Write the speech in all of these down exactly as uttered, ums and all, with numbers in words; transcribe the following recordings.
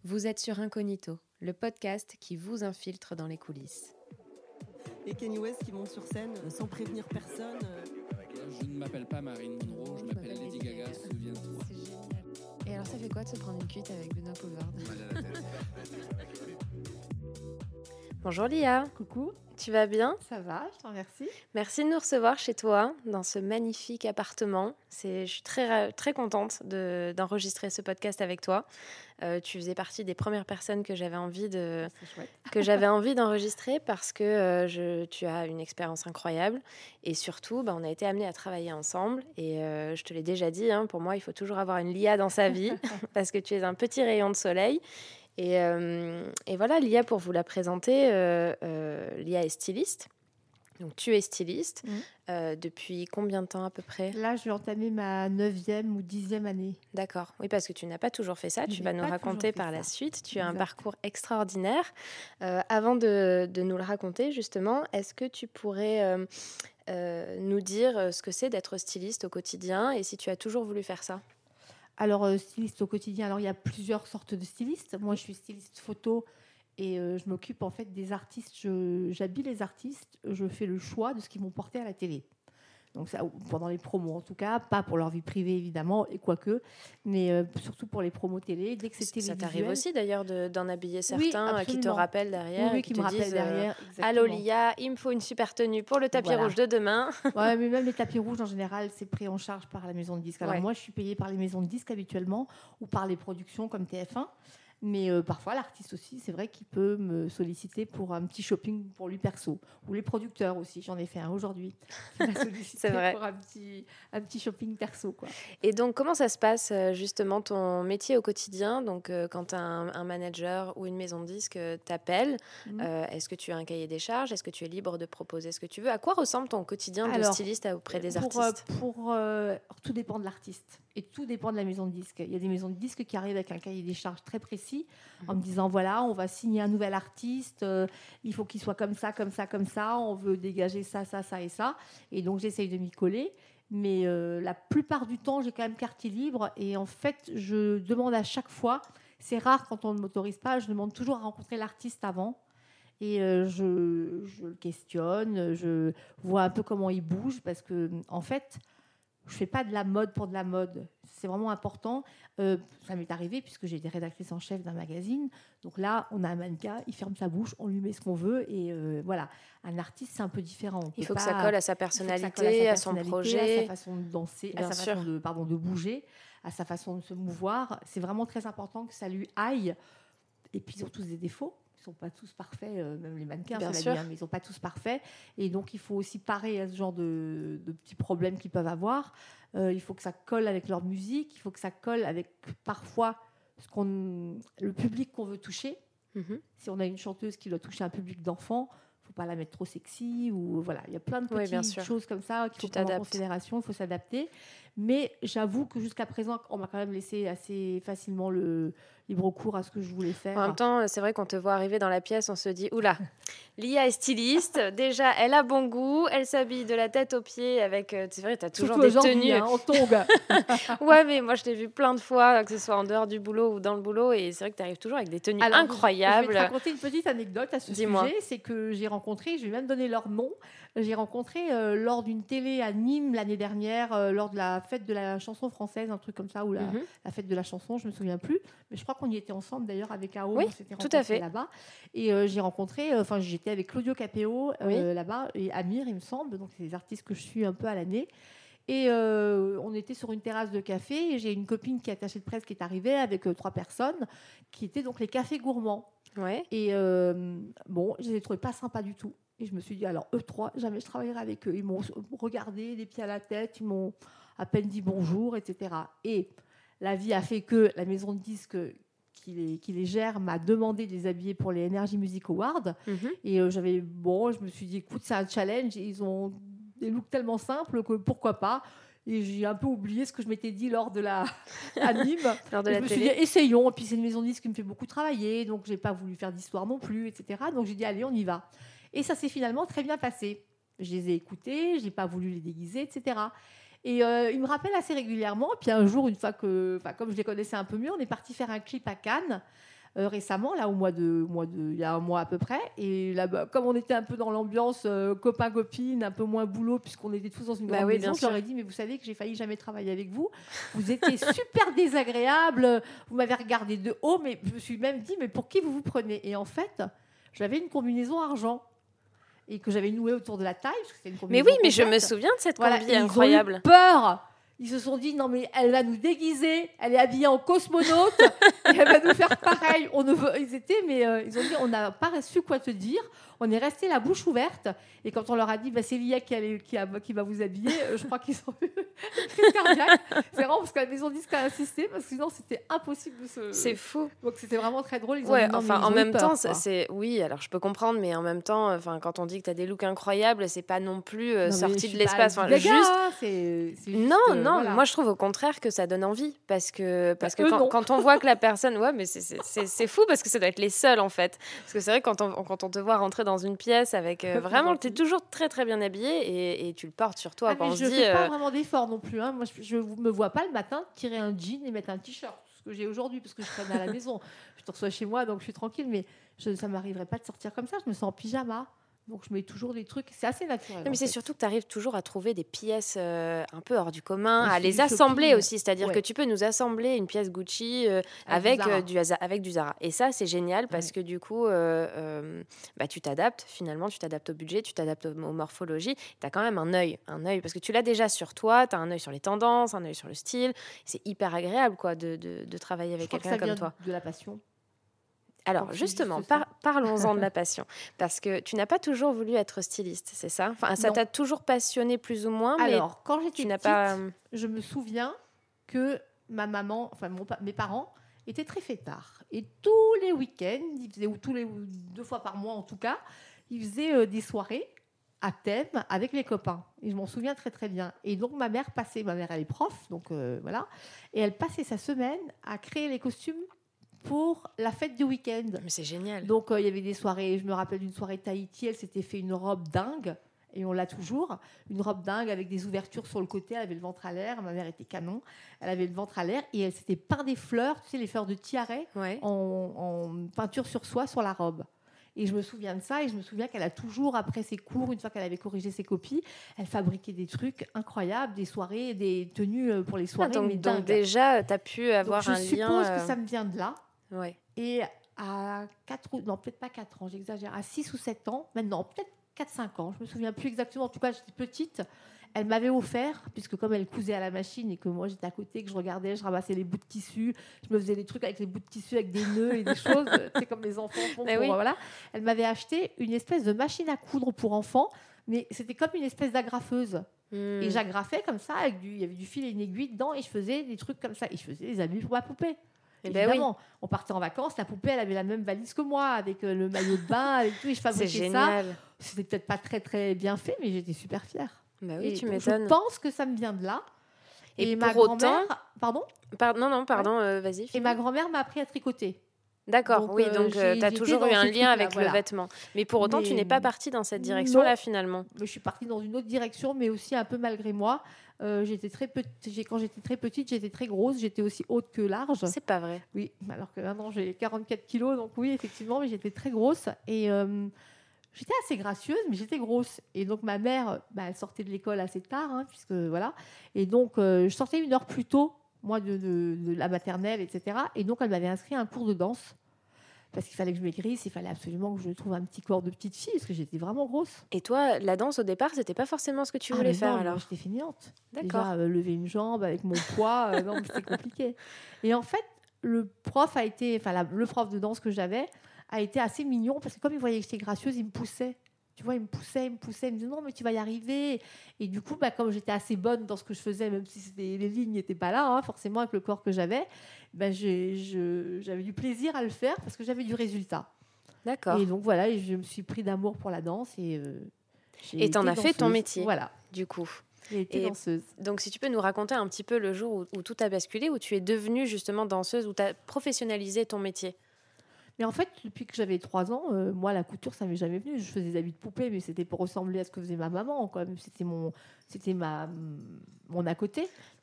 Vous êtes sur Incognito, le podcast qui vous infiltre dans les coulisses. Et Kanye West qui monte sur scène sans prévenir personne. Je ne m'appelle pas Marilyn Monroe, je m'appelle Lady Gaga, souviens-toi. C'est génial. Et alors ça fait quoi de se prendre une cuite avec Benoît Poulvard? Bonjour Lia. Coucou. Tu vas bien? Ça va, je te remercie. Merci de nous recevoir chez toi, dans ce magnifique appartement. C'est, je suis très, très contente de, d'enregistrer ce podcast avec toi. Euh, tu faisais partie des premières personnes que j'avais envie, de, que j'avais envie d'enregistrer parce que euh, je, tu as une expérience incroyable. Et surtout, bah, on a été amenés à travailler ensemble. Et euh, je te l'ai déjà dit, hein, pour moi, il faut toujours avoir une Lia dans sa vie parce que tu es un petit rayon de soleil. Et, euh, et voilà, Lia, pour vous la présenter, euh, euh, Lia est styliste. Donc, tu es styliste. Mmh. Euh, depuis combien de temps à peu près? Là, je vais entamer ma neuvième ou dixième année. D'accord. Oui, parce que tu n'as pas toujours fait ça. Je tu vas nous raconter par la suite. Tu exact. as un parcours extraordinaire. Euh, avant de, de nous le raconter, justement, est-ce que tu pourrais euh, euh, nous dire ce que c'est d'être styliste au quotidien et si tu as toujours voulu faire ça? Alors, euh, styliste au quotidien, alors il y a plusieurs sortes de stylistes. Moi, je suis styliste photo et euh, je m'occupe en fait des artistes. Je, j'habille les artistes, je fais le choix de ce qu'ils vont porter à la télé. Donc, ça, pendant les promos en tout cas, pas pour leur vie privée évidemment, et quoique, mais euh, surtout pour les promos télé. Dès que c'est télévisuel. Ça t'arrive aussi d'ailleurs de, d'en habiller certains oui, qui te rappellent derrière. Oui, et qui, qui me te rappellent disent, derrière. euh, Allô Lia, il me faut une super tenue pour le tapis voilà. rouge de demain. Ouais, mais même les tapis rouges en général, c'est pris en charge par la maison de disques. Alors ouais. Moi, je suis payée par les maisons de disques habituellement ou par les productions comme T F un. Mais euh, parfois, l'artiste aussi, c'est vrai qu'il peut me solliciter pour un petit shopping pour lui perso. Ou les producteurs aussi, j'en ai fait un aujourd'hui. Qui m'a sollicité c'est vrai. Pour un petit, un petit shopping perso, quoi. Et donc, comment ça se passe justement ton métier au quotidien? Donc, euh, quand un, un manager ou une maison de disques t'appelle, mmh. euh, est-ce que tu as un cahier des charges? Est-ce que tu es libre de proposer ce que tu veux? À quoi ressemble ton quotidien Alors, de styliste auprès des pour, artistes? euh, pour, euh, Tout dépend de l'artiste. Et tout dépend de la maison de disques. Il y a des maisons de disques qui arrivent avec un cahier des charges très précis mmh. en me disant, voilà, on va signer un nouvel artiste, euh, il faut qu'il soit comme ça, comme ça, comme ça, on veut dégager ça, ça, ça et ça. Et donc, j'essaye de m'y coller. Mais euh, la plupart du temps, j'ai quand même carte libre. Et en fait, je demande à chaque fois, c'est rare quand on ne m'autorise pas, je demande toujours à rencontrer l'artiste avant. Et euh, je, je le questionne, je vois un peu comment il bouge. Parce que, en fait, je ne fais pas de la mode pour de la mode. C'est vraiment important. Euh, ça m'est arrivé puisque j'ai été rédactrice en chef d'un magazine. Donc là, on a un mannequin, il ferme sa bouche, on lui met ce qu'on veut. Et euh, voilà, un artiste, c'est un peu différent. On il faut pas, que ça colle à sa personnalité, à, sa personnalité à son projet. À sa façon de danser, Bien à sa sûr. façon de, pardon, de bouger, à sa façon de se mouvoir. C'est vraiment très important que ça lui aille. Et puis, ils ont tous des défauts. Ils ne sont pas tous parfaits, euh, même les mannequins, Bien cela sûr. dit, hein, mais ils ne sont pas tous parfaits. Et donc, il faut aussi parer à ce genre de, de petits problèmes qu'ils peuvent avoir. Euh, il faut que ça colle avec leur musique, il faut que ça colle avec parfois ce qu'on, le public qu'on veut toucher. Mm-hmm. Si on a une chanteuse qui doit toucher un public d'enfants, il ne faut pas la mettre trop sexy. Ou, voilà. Il y a plein de petites oui, choses comme ça qu'il faut prendre en considération, il faut s'adapter. Mais j'avoue que jusqu'à présent, on m'a quand même laissé assez facilement le libre cours à ce que je voulais faire. En même temps, c'est vrai qu'on te voit arriver dans la pièce, on se dit, oula, Lia est styliste, déjà, elle a bon goût, elle s'habille de la tête aux pieds avec, c'est vrai, tu as toujours Surtout des tenues. Hein, en tongue. Ouais, mais moi, je t'ai vu plein de fois, que ce soit en dehors du boulot ou dans le boulot, et c'est vrai que tu arrives toujours avec des tenues Alors, incroyables. Je vais te raconter une petite anecdote à ce Dis-moi. sujet, c'est que j'ai rencontré, je vais même donner leur nom, j'ai rencontré euh, lors d'une télé à Nîmes l'année dernière, euh, lors de la fête de la chanson française, un truc comme ça, ou la, mm-hmm. la fête de la chanson, je me souviens plus, mais je crois qu'on y était ensemble d'ailleurs avec A O, oui, on s'était tout à fait là-bas, et euh, j'ai rencontré, enfin euh, j'étais avec Claudio Capéo euh, oui. là-bas, et Amir il me semble, donc c'est des artistes que je suis un peu à l'année, et euh, on était sur une terrasse de café, et j'ai une copine qui est attachée de presse qui est arrivée avec euh, trois personnes, qui étaient donc les cafés gourmands, ouais. et euh, bon, je les ai trouvés pas sympas du tout. Et je me suis dit, alors eux trois, jamais je travaillerai avec eux. Ils m'ont regardé, des pieds à la tête, ils m'ont à peine dit bonjour, et cetera. Et la vie a fait que la maison de disques qui les, qui les gère m'a demandé de les habiller pour les Energy Music Awards. Mm-hmm. Et euh, j'avais, bon, je me suis dit, écoute, c'est un challenge. Et ils ont des looks tellement simples que pourquoi pas. Et j'ai un peu oublié ce que je m'étais dit lors de la à Nîmes. lors de et la je me télé. suis dit, essayons. Et puis c'est une maison de disques qui me fait beaucoup travailler. Donc je n'ai pas voulu faire d'histoire non plus, et cetera. Donc j'ai dit, allez, on y va. Et ça s'est finalement très bien passé. Je les ai écoutés, je n'ai pas voulu les déguiser, et cetera. Et euh, ils me rappellent assez régulièrement. Puis un jour, une fois que, comme je les connaissais un peu mieux, on est parti faire un clip à Cannes. euh, récemment, là, au mois de, au mois de, il y a un mois à peu près. Et là, bah, comme on était un peu dans l'ambiance euh, copain-copine, un peu moins boulot, puisqu'on était tous dans une Bah grande oui, maison, bien je leur sûr. ai dit, mais vous savez que j'ai failli jamais travailler avec vous. Vous étiez super désagréable. Vous m'avez regardé de haut, mais je me suis même dit, mais pour qui vous vous prenez? Et en fait, j'avais une combinaison argent et que j'avais nouée autour de la taille, parce que c'était une Mais combinaison oui, mais je me complète. souviens de cette Voilà, combi et ils ont eu incroyable. peur. Ils se sont dit, non mais elle va nous déguiser, elle est habillée en cosmonaute, et elle va nous faire pareil. On ne veut... Ils étaient, mais euh, ils ont dit, on n'a pas su quoi te dire. On est resté la bouche ouverte. Et quand on leur a dit, bah, c'est Lia qui, allait- qui, a- qui va vous habiller, euh, je crois qu'ils ont eu une crise cardiaque. C'est vraiment parce que la maison disque a insisté, parce que sinon c'était impossible de se. C'est fou. Donc c'était vraiment très drôle. Ils ont Ouais, dit, non, enfin, mais ils en ont eu même peur, temps, quoi. c'est- c'est oui. Alors, je peux comprendre, mais en même temps, enfin, quand on dit que tu as des looks incroyables, c'est pas non plus euh, Non, mais je sorti suis de pas l'espace. Enfin, Lady Gaga, juste. hein, c'est- c'est juste, Non, euh, non. voilà. Moi, je trouve au contraire que ça donne envie, parce que parce que eux, quand, non. quand on voit que la personne, ouais, mais c'est- c'est c'est- c'est fou parce que ça doit être les seuls en fait. Parce que c'est vrai que quand on quand on te voit rentrer dans une pièce avec euh, C'est vraiment, gentil. t'es toujours très très bien habillé et, et tu le portes sur toi Ah, quand mais on je se ne dit. fais pas euh, vraiment d'efforts non plus. Hein. Moi, je ne me vois pas le matin tirer un jean et mettre un t-shirt. Ce que j'ai aujourd'hui, parce que je traîne à la maison. Je te reçois chez moi, donc je suis tranquille. Mais je, ça ne m'arriverait pas de sortir comme ça. Je me sens en pyjama. Donc, je mets toujours des trucs. C'est assez naturel. Non, mais en c'est fait. surtout que tu arrives toujours à trouver des pièces euh, un peu hors du commun, Et je à fais les du assembler shopping. aussi. C'est-à-dire Ouais. que tu peux nous assembler une pièce Gucci euh, Avec avec, du euh, Zara. du, avec du Zara. Et ça, c'est génial parce Ouais. que du coup, euh, euh, bah, tu t'adaptes finalement, tu t'adaptes au budget, tu t'adaptes aux, aux morphologies. Tu as quand même un œil, un œil parce que tu l'as déjà sur toi, tu as un œil sur les tendances, un œil sur le style. C'est hyper agréable quoi, de, de, de travailler Je avec crois que quelqu'un ça vient comme toi. de la passion. Alors, Donc, c'est justement, juste ça. par- parlons-en de la passion. Parce que tu n'as pas toujours voulu être styliste, c'est ça? Enfin, ça Non. t'a toujours passionné plus ou moins, mais Alors, quand j'étais tu n'as petite, pas... je me souviens que ma maman, enfin mon pa- mes parents, étaient très fêtards. Et tous les week-ends, ils faisaient, ou tous les deux fois par mois en tout cas, ils faisaient euh, des soirées à thème avec les copains. Et je m'en souviens très très bien. Et donc ma mère passait, ma mère elle est prof, donc euh, voilà, et elle passait sa semaine à créer les costumes pour la fête du week-end. Mais c'est génial. Donc, euh, il y avait des soirées, je me rappelle d'une soirée Tahiti, elle s'était fait une robe dingue, et on l'a toujours, une robe dingue avec des ouvertures sur le côté, elle avait le ventre à l'air, ma mère était canon, elle avait le ventre à l'air, et elle s'était peint des fleurs, tu sais, les fleurs de tiaret, Ouais. en, en peinture sur soie sur la robe. Et je me souviens de ça, et je me souviens qu'elle a toujours, après ses cours, une fois qu'elle avait corrigé ses copies, elle fabriquait des trucs incroyables, des soirées, des tenues euh, pour les Ah, soirées, donc, mais donc dingues. déjà, tu as pu Donc, avoir je un suppose lien... que euh, ça me vient de là. Ouais. Et à quatre ou non, peut-être pas quatre ans, j'exagère, à six ou sept ans, maintenant peut-être quatre cinq ans, je me souviens plus exactement, en tout cas j'étais petite, elle m'avait offert, puisque comme elle cousait à la machine et que moi j'étais à côté, que je regardais, je ramassais les bouts de tissu, je me faisais des trucs avec les bouts de tissu, avec des nœuds et des choses, c'est comme les enfants font. Mais pour- oui. Voilà. Elle m'avait acheté une espèce de machine à coudre pour enfants, mais c'était comme une espèce d'agrafeuse. Hmm. Et j'agrafais comme ça, avec du, il y avait du fil et une aiguille dedans, et je faisais des trucs comme ça, et je faisais des habits pour ma poupée. Eh ben oui. Évidemment, on partait en vacances, la poupée, elle avait la même valise que moi, avec euh, le maillot de bain, avec tout, et je C'est fabriquais ça. génial. C'était peut-être pas très très bien fait, mais j'étais super fière. Bah oui, Et tu donc, m'étonnes. Je pense que ça me vient de là. Et Et, ma pour autant- grand-mère, pardon, Par- Non, non, pardon, euh, vas-y. et finis. ma grand-mère m'a appris à tricoter. D'accord, donc, oui, euh, donc j'ai- tu as j'étais toujours dans eu ce un lien truc-là, avec voilà. le vêtement. Mais pour autant, tu Mais- n'es pas partie dans cette direction-là, finalement. Mais je suis partie dans une autre direction, mais aussi un peu malgré moi. Euh, j'étais très petite, j'ai- quand j'étais très petite, j'étais très grosse, j'étais aussi haute que large. C'est pas vrai. Oui, alors que maintenant j'ai quarante-quatre kilos, donc oui, effectivement, mais j'étais très grosse et euh, j'étais assez gracieuse, mais j'étais grosse. Et donc ma mère, bah, elle sortait de l'école assez tard, hein, puisque voilà. Et donc euh, je sortais une heure plus tôt, moi, de, de- de la maternelle, et cetera. Et donc elle m'avait inscrit à un cours de danse. Parce qu'il fallait que je maigrisse, il fallait absolument que je trouve un petit corps de petite fille, parce que j'étais vraiment grosse. Et toi, la danse, au départ, c'était pas forcément ce que tu Ah, voulais mais faire, non, alors? moi, j'étais feignante. D'accord. Déjà, euh, lever une jambe avec mon poids, euh, non, mais c'était compliqué. Et en fait, le prof a été, enfin, la- le prof de danse que j'avais a été assez mignon parce que comme il voyait que j'étais gracieuse, il me poussait. Tu vois, il me poussait, il me poussait, il me disait non, mais tu vas y arriver. Et du coup, bah, comme j'étais assez bonne dans ce que je faisais, même si c'était- les lignes n'étaient pas là, hein, forcément, avec le corps que j'avais, bah, j'ai- je- j'avais du plaisir à le faire parce que j'avais du résultat. D'accord. Et donc voilà, et je me suis pris d'amour pour la danse et euh, j'ai Et t'en été as fait ton danseuse. métier. Voilà, Du coup. j'ai été Et- danseuse. Donc, si tu peux nous raconter un petit peu le jour où, où tout a basculé, où tu es devenue justement danseuse, où tu as professionnalisé ton métier. Mais en fait, depuis que j'avais trois ans, euh, moi, la couture, ça m'est jamais venu. Je faisais des habits de poupée, mais c'était pour ressembler à ce que faisait ma maman, quoi. C'était mon, c'était ma, mon à côté.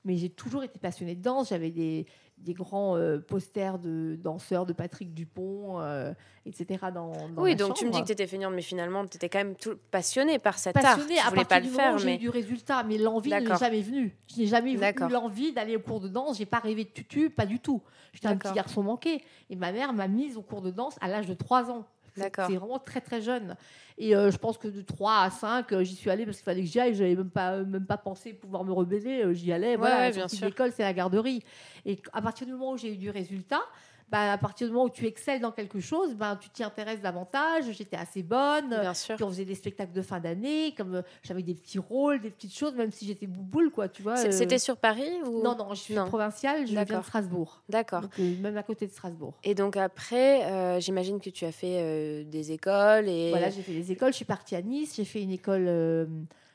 mais j'ai toujours été passionnée de danse. J'avais des, des grands euh, posters de danseurs, de Patrick Dupont, euh, et cetera dans, dans Oui, ma donc chambre. tu me dis que tu étais feignante, mais finalement, tu étais quand même tout passionnée par cet Passionnée art. Tu à voulais partir pas du le moment faire, où j'ai mais... eu du résultat, mais l'envie ne D'accord. m'est jamais venue. Je n'ai jamais eu D'accord. l'envie d'aller au cours de danse. J'ai pas rêvé de tutu, pas du tout. J'étais un D'accord. petit garçon manqué. Et ma mère m'a mise au cours de danse à l'âge de trois ans. C'est, D'accord. c'est vraiment très très jeune. Et euh, je pense que de trois à cinq, euh, j'y suis allée parce qu'il fallait que j'y aille. Je n'avais même pas, même pas pensé pouvoir me rebeller. Euh, j'y allais. Ouais, voilà, ouais, la bien sortie de sûr. l'école, c'est la garderie. Et à partir du moment où j'ai eu du résultat, bah, à partir du moment où tu excelles dans quelque chose, ben, tu t'y intéresses davantage. J'étais assez bonne. Bien sûr. Puis on faisait des spectacles de fin d'année, comme euh, j'avais des petits rôles, des petites choses, même si j'étais bouboule, quoi, tu vois. C'est- euh. C'était sur Paris ou... Non, non, je suis Non. provinciale, je viens de D'accord. Strasbourg. D'accord. Donc, euh, même à côté de Strasbourg. Et donc après, euh, j'imagine que tu as fait euh, des écoles et... Voilà, j'ai fait des écoles. Je suis partie à Nice. J'ai fait une école. euh,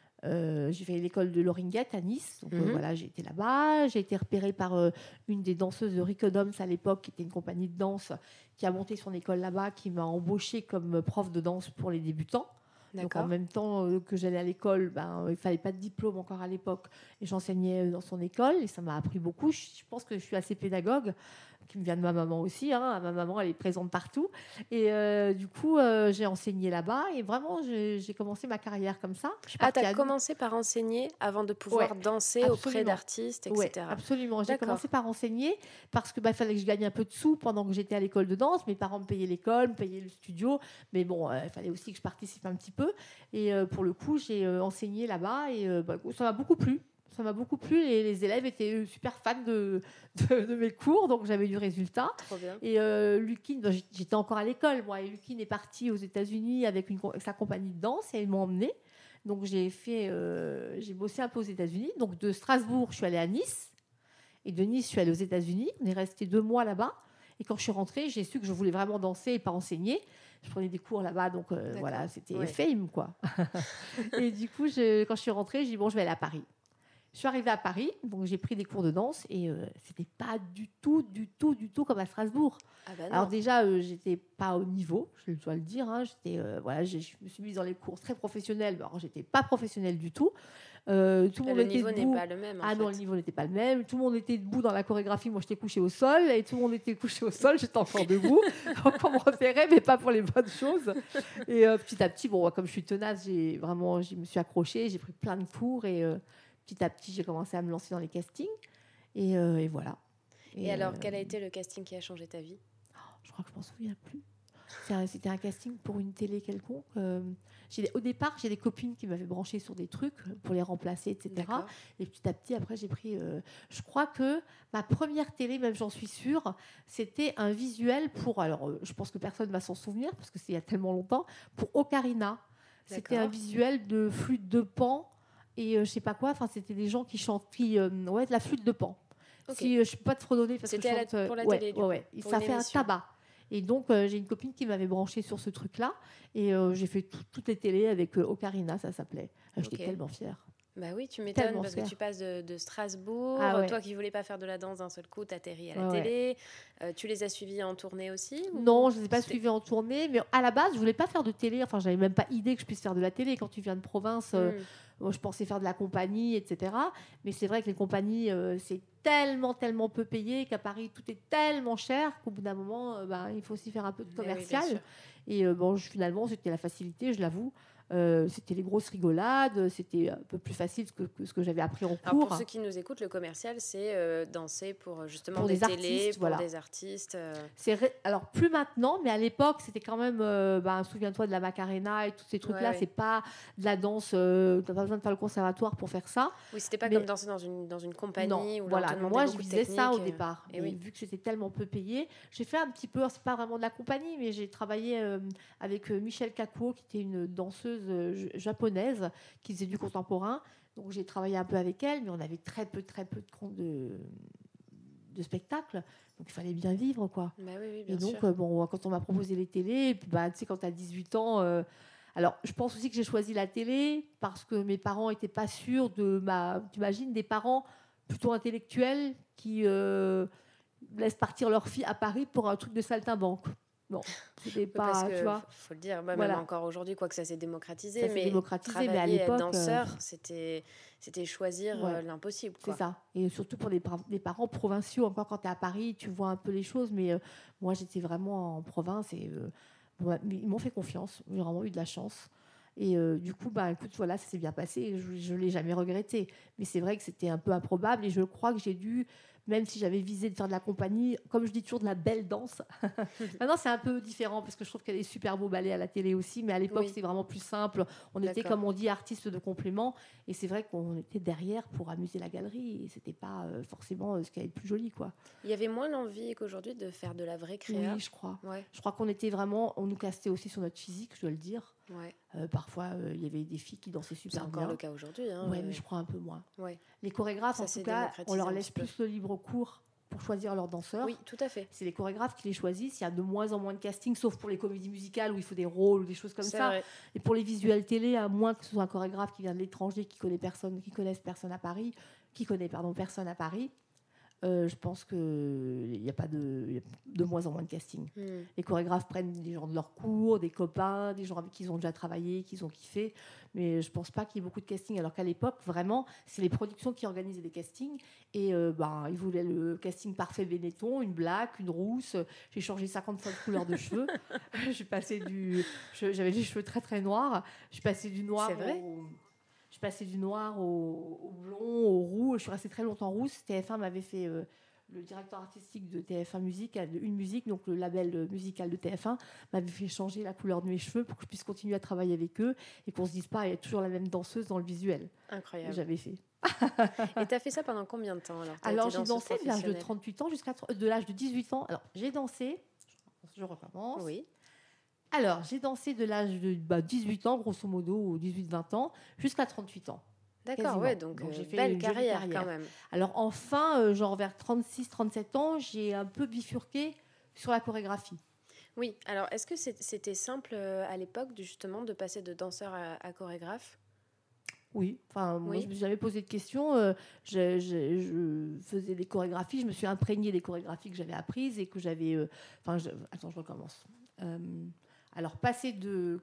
euh, j'ai fait l'école de Loringuette à Nice. Donc euh, Mhm. voilà, j'ai été là-bas. J'ai été repérée par euh, une des danseuses de Ricodoms à l'époque, qui était une compagnie de danse, qui a monté son école là-bas, qui m'a embauchée comme prof de danse pour les débutants. Donc D'accord. en même temps euh, que j'allais à l'école, ben, euh, il ne fallait pas de diplôme encore à l'époque. Et j'enseignais euh, dans son école et ça m'a appris beaucoup. Je, je pense que je suis assez pédagogue, qui me vient de ma maman aussi. Hein. Ma maman, elle est présente partout. Et euh, du coup, euh, j'ai enseigné là-bas et vraiment, j'ai, j'ai commencé ma carrière comme ça. Je suis Ah, partie tu as à- commencé par enseigner avant de pouvoir Ouais, danser absolument. auprès d'artistes, Ouais, et cetera. absolument. J'ai D'accord. commencé par enseigner parce que bah, fallait que je gagne un peu de sous pendant que j'étais à l'école de danse. Mes parents me payaient l'école, me payaient le studio, mais bon, euh, il fallait aussi que je participe un petit peu. Et euh, pour le coup, j'ai euh, enseigné là-bas et euh, bah, ça m'a beaucoup plu. Ça m'a beaucoup plu et les élèves étaient euh, super fans de, de, de mes cours, donc j'avais du résultat. Trop bien. Et euh, Lukine, ben, j'étais encore à l'école, moi, et Lukine est partie aux États-Unis avec, une, avec sa compagnie de danse et ils m'ont emmenée. Donc j'ai fait, euh, j'ai bossé un peu aux États-Unis. Donc de Strasbourg, je suis allée à Nice. Et de Nice, je suis allée aux États-Unis. On est resté deux mois là-bas. Et quand je suis rentrée, j'ai su que je voulais vraiment danser et pas enseigner. Je prenais des cours là-bas, donc euh, voilà, c'était Ouais. fame, quoi. Et du coup, je, quand je suis rentrée, j'ai dit bon, je vais aller à Paris. Je suis arrivée à Paris, donc j'ai pris des cours de danse et euh, c'était pas du tout, du tout, du tout comme à Strasbourg. Ah bah non. Alors déjà, euh, j'étais pas au niveau, je dois le dire. Hein, j'étais, euh, voilà, j'ai- je me suis mise dans les cours très professionnels. Mais alors, j'étais pas professionnelle du tout. Euh, tout le monde le était niveau debout. n'est pas le même. En Ah non, fait. le niveau n'était pas le même. Tout le monde était debout dans la chorégraphie. Moi, j'étais couchée au sol. Et tout le monde était couché au sol. J'étais encore debout. Donc, on me repérait, mais pas pour les bonnes choses. Et euh, petit à petit, bon, comme je suis tenace, j'ai vraiment, je me suis accrochée. J'ai pris plein de cours. Et euh, petit à petit, j'ai commencé à me lancer dans les castings. Et, euh, et voilà. Et, alors, euh, quel a été le casting qui a changé ta vie? Je crois que je m'en souviens plus. C'est un- C'était un casting pour une télé quelconque. Euh, j'ai des- au départ, j'ai des copines qui m'avaient branché sur des trucs pour les remplacer, et cetera. D'accord. Et petit à petit, après, j'ai pris. euh, je crois que ma première télé, même j'en suis sûre, c'était un visuel pour. Alors, euh, je pense que personne ne va s'en souvenir parce que c'est il y a tellement longtemps. Pour Ocarina. C'était D'accord. un visuel de flûte de pan et euh, je sais pas quoi. Enfin, c'était des gens qui chantent. Qui, euh, ouais, de la flûte de pan. Ok. Si, euh, je ne peux pas te fredonner parce que C'était je à la- chante, euh, pour la ouais, télé, du ouais, coup, ouais. Et pour ça une fait un émission. tabac. Et donc, euh, j'ai une copine qui m'avait branchée sur ce truc-là. Et euh, j'ai fait tout- toutes les télés avec euh, Ocarina, ça s'appelait. Euh, J'étais Ok. tellement fière. Bah oui, tu m'étonnes Tellement parce que fière. tu passes de, de Strasbourg. Ah ouais. Toi qui voulais pas faire de la danse d'un seul coup, t'atterris à la Ouais, ouais. télé. Euh, tu les as suivis en tournée aussi ou- Non, je ne les ai pas C'était- suivies en tournée. Mais à la base, je voulais pas faire de télé. Enfin, j'avais même pas idée que je puisse faire de la télé. Quand tu viens de province, euh, Hmm. moi, je pensais faire de la compagnie, et cetera. Mais c'est vrai que les compagnies, euh, c'est tellement, tellement peu payé qu'à Paris, tout est tellement cher qu'au bout d'un moment, euh, ben, il faut aussi faire un peu de Mais oui, bien commercial. sûr. Et euh, bon, je- finalement, c'était la facilité, je l'avoue. Euh, c'était les grosses rigolades, c'était un peu plus facile que, que ce que j'avais appris en Alors cours. pour ceux qui nous écoutent, le commercial, c'est euh, danser pour euh, justement Pour des, des télés, artistes, pour voilà. des artistes. euh. C'est ré- Alors, plus maintenant, mais à l'époque, c'était quand même. euh, ben, souviens-toi de la Macarena et tous ces trucs-là. Ouais, ouais. C'est pas de la danse. Euh, t'as pas besoin de faire le conservatoire pour faire ça. Oui, c'était pas Mais- comme danser dans une, dans une compagnie Non, où là, on voilà. te demandait Moi, je beaucoup de visais ça au technique, euh. départ. et Mais oui. vu que j'étais tellement peu payée, j'ai fait un petit peu. C'est pas vraiment de la compagnie, mais j'ai travaillé euh, avec euh, Michel Kakuo, qui était une danseuse euh, j- japonaise qui faisait du contemporain. Donc, j'ai travaillé un peu avec elle, mais on avait très peu, très peu de comptes de, de spectacles. Donc, il fallait bien vivre, quoi. Bah oui, oui, bien Et donc, sûr. euh, bon, quand on m'a proposé les télés, et puis, bah, tu sais, quand tu as dix-huit ans. euh, alors, je pense aussi que j'ai choisi la télé parce que mes parents n'étaient pas sûrs de ma. Tu imagines des parents plutôt intellectuels qui euh, laissent partir leur fille à Paris pour un truc de saltimbanque. non, c'était Oui, parce pas, que, tu vois. faut le dire, bah, Voilà. même encore aujourd'hui, quoi que ça s'est démocratisé, Ça s'est mais démocratisé, mais à travailler, être l'époque, danseur, euh, c'était, c'était choisir ouais. euh, l'impossible, C'est quoi. ça. Et surtout pour des, par- des parents provinciaux, encore quand tu es à Paris, tu vois un peu les choses. Mais euh, moi, j'étais vraiment en province et euh, bon, ils m'ont fait confiance. J'ai vraiment eu de la chance. Et euh, du coup, bah, écoute, voilà, ça s'est bien passé. Je ne l'ai jamais regretté. Mais c'est vrai que c'était un peu improbable. Et je crois que j'ai dû, même si j'avais visé de faire de la compagnie, comme je dis toujours, de la belle danse. Maintenant, c'est un peu différent parce que je trouve qu'il y a des super beaux ballets à la télé aussi. Mais à l'époque, Oui. c'était vraiment plus simple. On était, D'accord. comme on dit, artistes de complément. Et c'est vrai qu'on était derrière pour amuser la galerie. Et c'était pas euh, forcément euh, ce qui est le plus joli, quoi. Il y avait moins l'envie qu'aujourd'hui de faire de la vraie créa. Oui, je crois. Ouais, Je crois qu'on était vraiment... On nous castait aussi sur notre physique, je dois le dire. ouais. Euh, parfois, euh, il y avait des filles qui dansaient C'est super encore bien. le cas aujourd'hui. Hein, Ouais, euh, mais je crois un peu moins. ouais. Les chorégraphes, Ça en s'est tout cas, démocratisé on leur un laisse petit peu. plus le libre cours pour choisir leurs danseurs. Oui, tout à fait. C'est les chorégraphes qui les choisissent. Il y a de moins en moins de casting, sauf pour les comédies musicales où il faut des rôles ou des choses comme C'est ça. vrai. Et pour les visuels télé, à moins que ce soit un chorégraphe qui vient de l'étranger, qui connaît personne, qui connaisse personne à Paris, qui connaît pardon personne à Paris, euh, je pense qu'il n'y a pas de, il y a de moins en moins de casting. Hmm. Les chorégraphes prennent des gens de leur cours, des copains, des gens avec qui ils ont déjà travaillé, qu'ils ont kiffé. Mais je pense pas qu'il y ait beaucoup de casting. Alors qu'à l'époque, vraiment, c'est les productions qui organisaient des castings. Et euh, ben, ils voulaient le casting parfait Benetton, une black, une rousse. J'ai changé cinquante fois de couleur de cheveux. Je suis passée du... je- J'avais les cheveux très très noirs. Je suis passée du noir C'est vrai au... Je suis passée du noir au, au blond, au roux. Je suis restée très longtemps rousse. T F un m'avait fait... euh, le directeur artistique de T F un Musique, de Une Musique, donc le label musical de T F un, m'avait fait changer la couleur de mes cheveux pour que je puisse continuer à travailler avec eux et qu'on se dise pas, il y a toujours la même danseuse dans le visuel. Incroyable. J'avais fait. Et t'as fait ça pendant combien de temps alors T'as Alors été j'ai danseuse dansé de l'âge de professionnelle trente-huit ans jusqu'à tr- de l'âge de dix-huit ans. Alors j'ai dansé, je recommence. Oui. Alors j'ai dansé de l'âge de bah, dix-huit ans, grosso modo, ou dix-huit vingt ans, jusqu'à trente-huit ans. D'accord, Quasiment. ouais, donc, Donc, euh, j'ai fait belle une jolie carrière, carrière. quand même. Alors enfin, euh, genre vers trente-six trente-sept ans, j'ai un peu bifurqué sur la chorégraphie. Oui, alors est-ce que c'est- c'était simple euh, à l'époque de, justement de passer de danseur à, à chorégraphe? Oui, enfin, moi Oui. je me suis jamais posé de questions. euh, je, je- je faisais des chorégraphies, je me suis imprégnée des chorégraphies que j'avais apprises et que j'avais. euh, Enfin, je- attends, je recommence. Euh, alors, passer de,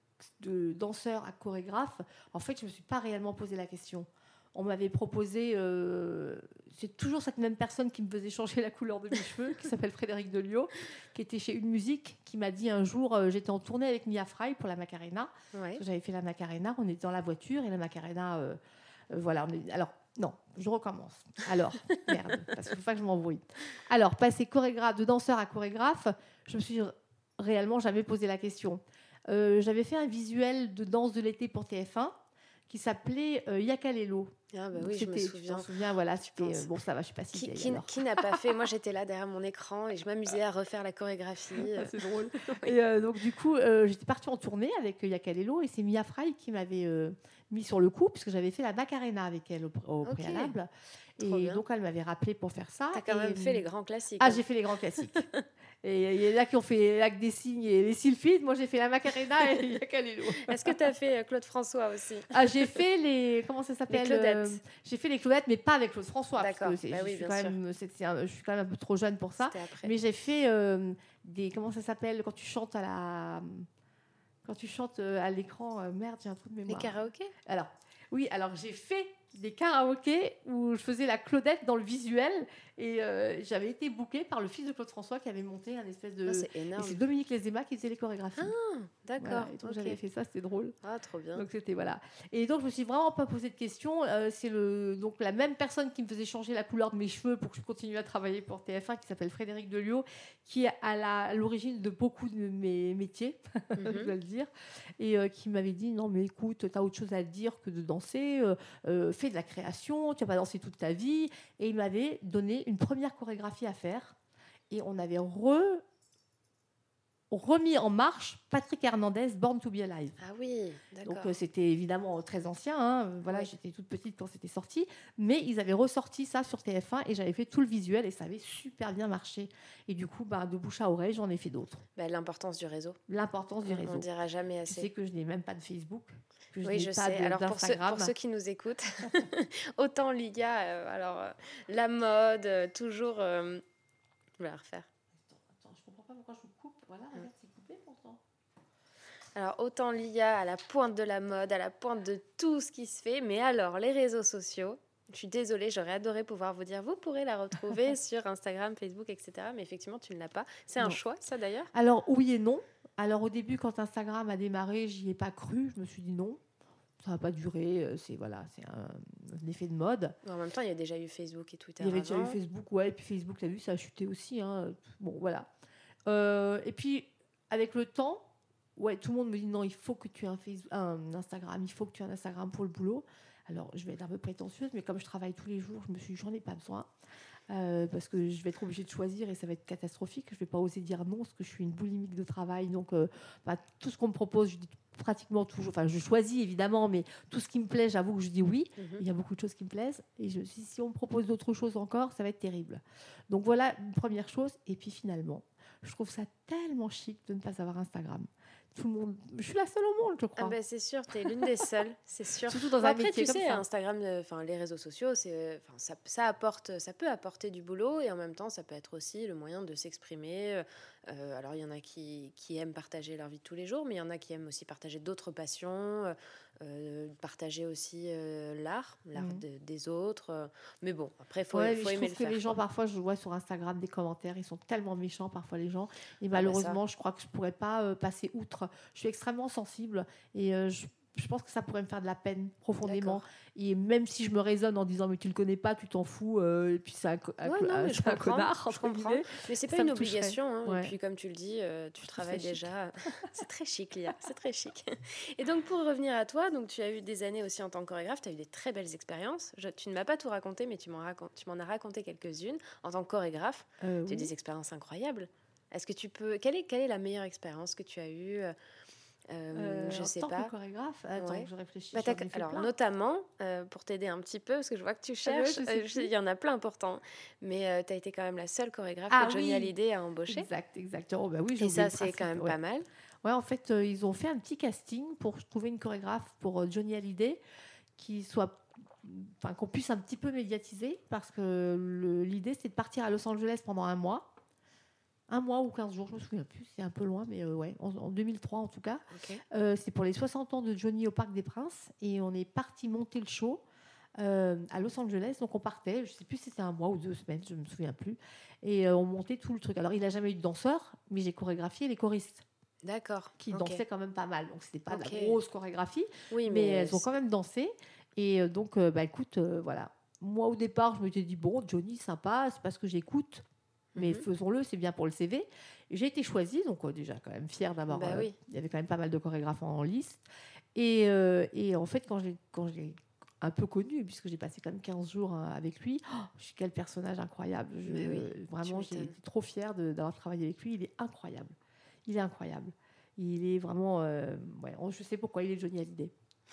de danseur à chorégraphe, en fait, je me suis pas réellement posé la question. On m'avait proposé, euh, c'est toujours cette même personne qui me faisait changer la couleur de mes cheveux, qui s'appelle Frédéric Delio, qui était chez Une Musique, qui m'a dit un jour, euh, j'étais en tournée avec Mia Fry pour la Macarena. Ouais. Parce que j'avais fait la Macarena, on était dans la voiture et la Macarena, euh, euh, voilà. On est, alors, non, je recommence. Alors, merde, parce qu'il ne faut pas que je m'embrouille. Alors, passer chorégraphe, de danseur à chorégraphe, je me suis réellement jamais posé la question. Euh, j'avais fait un visuel de danse de l'été pour T F un qui s'appelait euh, Yakalelo. Ah bah oui, je me C'était- souviens. Tu t'en souviens, voilà, Tu c'était... penses. euh, bon, ça va, je suis pas si Qui, vieille, qui- alors. qui n'a pas fait? Moi, j'étais là derrière mon écran et je m'amusais à refaire la chorégraphie. Ah, c'est drôle. Et euh, donc, du coup, euh, j'étais partie en tournée avec euh, Yakalelo et c'est Mia Fry qui m'avait euh, mis sur le coup, puisque j'avais fait la Macarena avec elle au, au Ok. préalable. Trop Et bien. donc, elle m'avait rappelé pour faire ça. T'as quand Et, même fait les grands classiques. Ah, hein. j'ai fait les grands classiques. Et il y en a qui ont fait Lac des Cygnes et les Sylphides. Moi, j'ai fait la Macarena et Yakalelo. Est-ce que t'as fait euh, Claude François aussi? Ah, j'ai fait les... Comment ça s'appelle Claudettes. euh, J'ai fait les Claudettes, mais pas avec Claude François. parce D'accord. que c'est- Bah je oui, suis bien quand sûr. même- c'est- c'est un- je suis quand même un peu trop jeune pour ça. C'était après. Mais j'ai fait euh, des. Comment ça s'appelle quand tu chantes à la. Quand tu chantes euh, à l'écran. euh, merde, j'ai un trou de Les mémoire. karaokés? Alors, oui, alors j'ai fait des karaokés où je faisais la Claudette dans le visuel et euh, j'avais été bookée par le fils de Claude François qui avait monté un espèce de. Ah, c'est Et énorme. c'est Dominique Lézéma qui faisait les chorégraphies. D'accord. Voilà, et donc ok. j'avais fait ça, c'était drôle. Ah, trop bien. Donc c'était voilà. Et donc je me suis vraiment pas posé de questions. Euh, c'est le donc la même personne qui me faisait changer la couleur de mes cheveux pour que je continue à travailler pour T F un, qui s'appelle Frédéric Delio, qui est à la- à l'origine de beaucoup de mes métiers, je Mhm. dois le dire, et euh, qui m'avait dit non mais écoute, tu as autre chose à dire que de danser, euh, euh, fais de la création, tu vas pas danser toute ta vie. Et il m'avait donné une première chorégraphie à faire, et on avait re remis en marche Patrick Hernandez, Born to be Alive. Ah oui, d'accord. Donc euh, c'était évidemment très ancien, hein. Euh, voilà, Ouais. j'étais toute petite quand c'était sorti, mais ils avaient ressorti ça sur T F un et j'avais fait tout le visuel et ça avait super bien marché. Et du coup, bah, de bouche à oreille, j'en ai fait d'autres. Bah, l'importance du réseau. L'importance du On- réseau. On dira jamais Tu assez. sais que je n'ai même pas de Facebook, que je Oui, n'ai je pas sais. de- Alors pour ceux, d'Instagram. pour ceux qui nous écoutent, autant Liga, euh, alors euh, la mode, euh, toujours. Euh... Je vais la refaire. Attends, attends, je comprends pas pourquoi je vous coupe. Voilà, Ouais. Alors, autant l'I A à la pointe de la mode, à la pointe de tout ce qui se fait, mais alors, les réseaux sociaux, je suis désolée, j'aurais adoré pouvoir vous dire, vous pourrez la retrouver sur Instagram, Facebook, et cetera. Mais effectivement, tu ne l'as pas. C'est Non. un choix, ça d'ailleurs? Alors, oui et non. Alors, au début, quand Instagram a démarré, j'y ai pas cru. Je me suis dit non, ça va pas durer. C'est, voilà, c'est un, un effet de mode. En même temps, il y a déjà eu Facebook et Twitter. Il y avait déjà eu avant. Facebook, ouais. Et puis Facebook, tu as vu, ça a chuté aussi. Hein. Bon, voilà. Euh, et puis, avec le temps, ouais, tout le monde me dit non, il faut que tu aies un, Facebook, un Instagram, il faut que tu aies un Instagram pour le boulot. Alors, je vais être un peu prétentieuse, mais comme je travaille tous les jours, je me suis dit, j'en ai pas besoin. Euh, parce que je vais être obligée de choisir et ça va être catastrophique. Je ne vais pas oser dire non, parce que je suis une boulimique de travail. Donc, euh, bah, tout ce qu'on me propose, je dis pratiquement toujours. Enfin, je choisis évidemment, mais tout ce qui me plaît, j'avoue que je dis oui. Mm-hmm. Il y a beaucoup de choses qui me plaisent. Et je me suis dit, si on me propose d'autres choses encore, ça va être terrible. Donc, voilà une première chose. Et puis, finalement, je trouve ça tellement chic de ne pas avoir Instagram. Tout le monde, je suis la seule au monde, je crois. Ah ben c'est sûr, tu es l'une des seules, c'est sûr. Surtout dans bon, un après, métier tu comme sais, ça. Instagram, enfin les réseaux sociaux, c'est, enfin ça, ça apporte, ça peut apporter du boulot et en même temps, ça peut être aussi le moyen de s'exprimer. Euh, alors il y en a qui qui aiment partager leur vie de tous les jours, mais il y en a qui aiment aussi partager d'autres passions, euh, partager aussi euh, l'art, l'art mmh. de, des autres. Mais bon, après, il faut, ouais, faut aimer le faire. Je trouve que les gens, quoi. parfois, je vois sur Instagram des commentaires, ils sont tellement méchants parfois les gens. Et malheureusement, ah bah je crois que je pourrais pas euh, passer outre. Je suis extrêmement sensible et euh, je je pense que ça pourrait me faire de la peine profondément. D'accord. Et même si je me raisonne en disant mais tu le connais pas, tu t'en fous, euh, et puis c'est un, un, ouais, non, un, c'est un connard. Je comprends. Guillemets, mais c'est pas une obligation. Hein. Ouais. Et puis comme tu le dis, euh, tu je travailles déjà. C'est très chic, Lia. C'est très chic. Et donc pour revenir à toi, donc tu as eu des années aussi en tant que chorégraphe. Tu as eu des très belles expériences. Je, tu ne m'as pas tout raconté, mais tu m'en, racont, tu m'en as raconté quelques-unes en tant que chorégraphe. Euh, tu as eu oui. des expériences incroyables. Est-ce que tu peux quelle est quelle est la meilleure expérience que tu as eue? Euh, euh, je en sais tant pas. que chorégraphe, attends, ouais. je réfléchis. Bah, alors plein. Notamment euh, pour t'aider un petit peu parce que je vois que tu cherches. Il ah, ouais, euh, y en a plein pourtant, mais euh, tu as été quand même la seule chorégraphe ah, que Johnny oui. Hallyday a embauchée. Exact, exactement. Bah oui, et ça c'est quand même ouais. pas mal. Ouais, en fait, euh, ils ont fait un petit casting pour trouver une chorégraphe pour euh, Johnny Hallyday qui soit, enfin, qu'on puisse un petit peu médiatiser parce que le, l'idée c'est de partir à Los Angeles pendant un mois. Un mois ou quinze jours, je me souviens plus, c'est un peu loin, mais euh, ouais, en, en deux mille trois en tout cas. Okay. Euh, c'est pour les soixante ans de Johnny au Parc des Princes et on est parti monter le show euh, à Los Angeles. Donc on partait, je sais plus si c'était un mois ou deux semaines, je me souviens plus, et euh, on montait tout le truc. Alors il n'a jamais eu de danseur, mais j'ai chorégraphié les choristes. D'accord. Qui okay. dansaient quand même pas mal, donc c'était pas okay. de la grosse chorégraphie, oui, mais, mais elles ont quand même dansé. Et euh, donc, euh, bah écoute, euh, voilà. Moi au départ, je m'étais dit bon, Johnny, sympa, c'est parce que j'écoute. Mais mm-hmm. faisons-le, c'est bien pour le C V. Et j'ai été choisie, donc euh, déjà quand même fière d'avoir... Bah euh, oui. Il y avait quand même pas mal de chorégraphes en, en liste. Et, euh, et en fait, quand j'ai, quand j'ai un peu connu, puisque j'ai passé quand même quinze jours hein, avec lui, oh, quel personnage incroyable. Je, bah oui, vraiment, j'ai été trop fière de, d'avoir travaillé avec lui. Il est incroyable. Il est incroyable. Il est vraiment... Euh, ouais, je sais pourquoi il est Johnny Hallyday.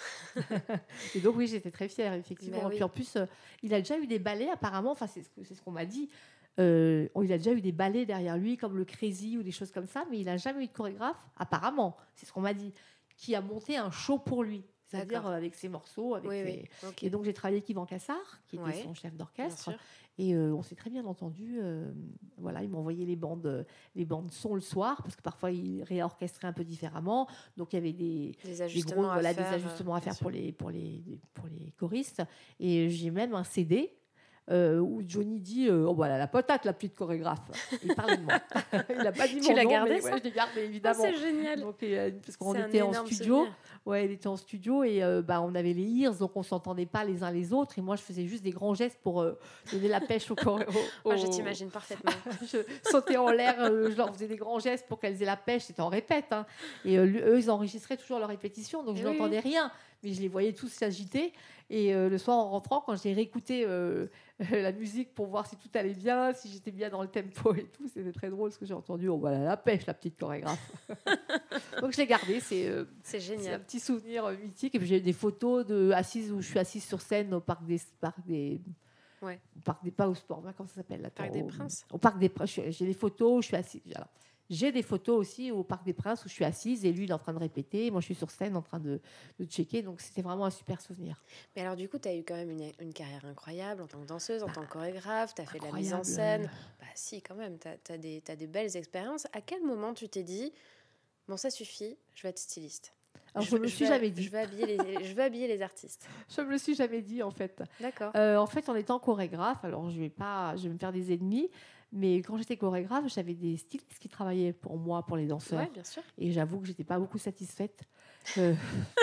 Et donc oui, j'étais très fière, effectivement. Bah oui. Et puis en plus, euh, il a déjà eu des ballets, apparemment. Enfin, c'est ce, que, c'est ce qu'on m'a dit. Euh, il a déjà eu des ballets derrière lui, comme le Crazy ou des choses comme ça, mais il n'a jamais eu de chorégraphe, apparemment, c'est ce qu'on m'a dit, qui a monté un show pour lui, c'est-à-dire euh, avec ses morceaux. Avec oui, ses... oui. Okay. Et donc j'ai travaillé avec Yvan Cassard, qui était ouais. son chef d'orchestre, et euh, on s'est très bien entendu. Euh, voilà, il m'a envoyé les bandes, les bandes son le soir, parce que parfois il réorchestrait un peu différemment, donc il y avait des, des ajustements, des gros, à, voilà, faire, des ajustements à faire sûr. pour les, pour, les, pour les choristes, et j'ai même un C D. Euh, où Johnny dit euh, oh voilà la patate la petite chorégraphe. Il parlait de moi. Il n'a pas dit tu mon l'as nom, gardé, mais ça ouais, je l'ai gardé évidemment. Oh, c'est génial. Donc, euh, parce qu'on c'est était en studio. Souvenir. Ouais, il était en studio et euh, bah on avait les ears, donc on s'entendait pas les uns les autres. Et moi, je faisais juste des grands gestes pour euh, donner la pêche au corps. Moi, je t'imagine parfaitement. Je sautais en l'air, euh, je leur faisais des grands gestes pour qu'elles aient la pêche. C'était en répète. Hein. Et euh, eux, ils enregistraient toujours leurs répétitions, donc je oui. n'entendais rien. Mais je les voyais tous s'agiter. Et euh, le soir, en rentrant, quand j'ai réécouté euh, la musique pour voir si tout allait bien, si j'étais bien dans le tempo et tout, c'était très drôle ce que j'ai entendu. Oh, voilà, la pêche, la petite chorégraphe. Donc, je l'ai gardé. C'est, euh, c'est génial. C'est un petit souvenir euh, mythique. Et puis, j'ai des photos de assise où je suis assise sur scène au parc des... Parc des ouais. Au parc des... Pas au sport, comment ça s'appelle là, Parc au, des Princes. Au parc des Princes. J'ai des photos où je suis assise... Alors, j'ai des photos aussi au Parc des Princes où je suis assise et lui, il est en train de répéter. Moi, je suis sur scène en train de, de checker. Donc, c'était vraiment un super souvenir. Mais alors, du coup, tu as eu quand même une, une carrière incroyable en tant que danseuse, en bah, tant que chorégraphe. Tu as fait de la mise en scène. Bah si, quand même. Tu as des, t'as des belles expériences. À quel moment tu t'es dit, bon, ça suffit, je vais être styliste. Alors, je ne me je suis vais, jamais dit. Je vais, habiller les, je vais habiller les artistes. Je me le suis jamais dit, en fait. D'accord. Euh, en fait, en étant chorégraphe, alors je vais pas, je vais me faire des ennemis, mais quand j'étais chorégraphe, j'avais des stylistes qui travaillaient pour moi, pour les danseurs. Ouais, bien sûr. Et j'avoue que j'étais pas beaucoup satisfaite. Euh,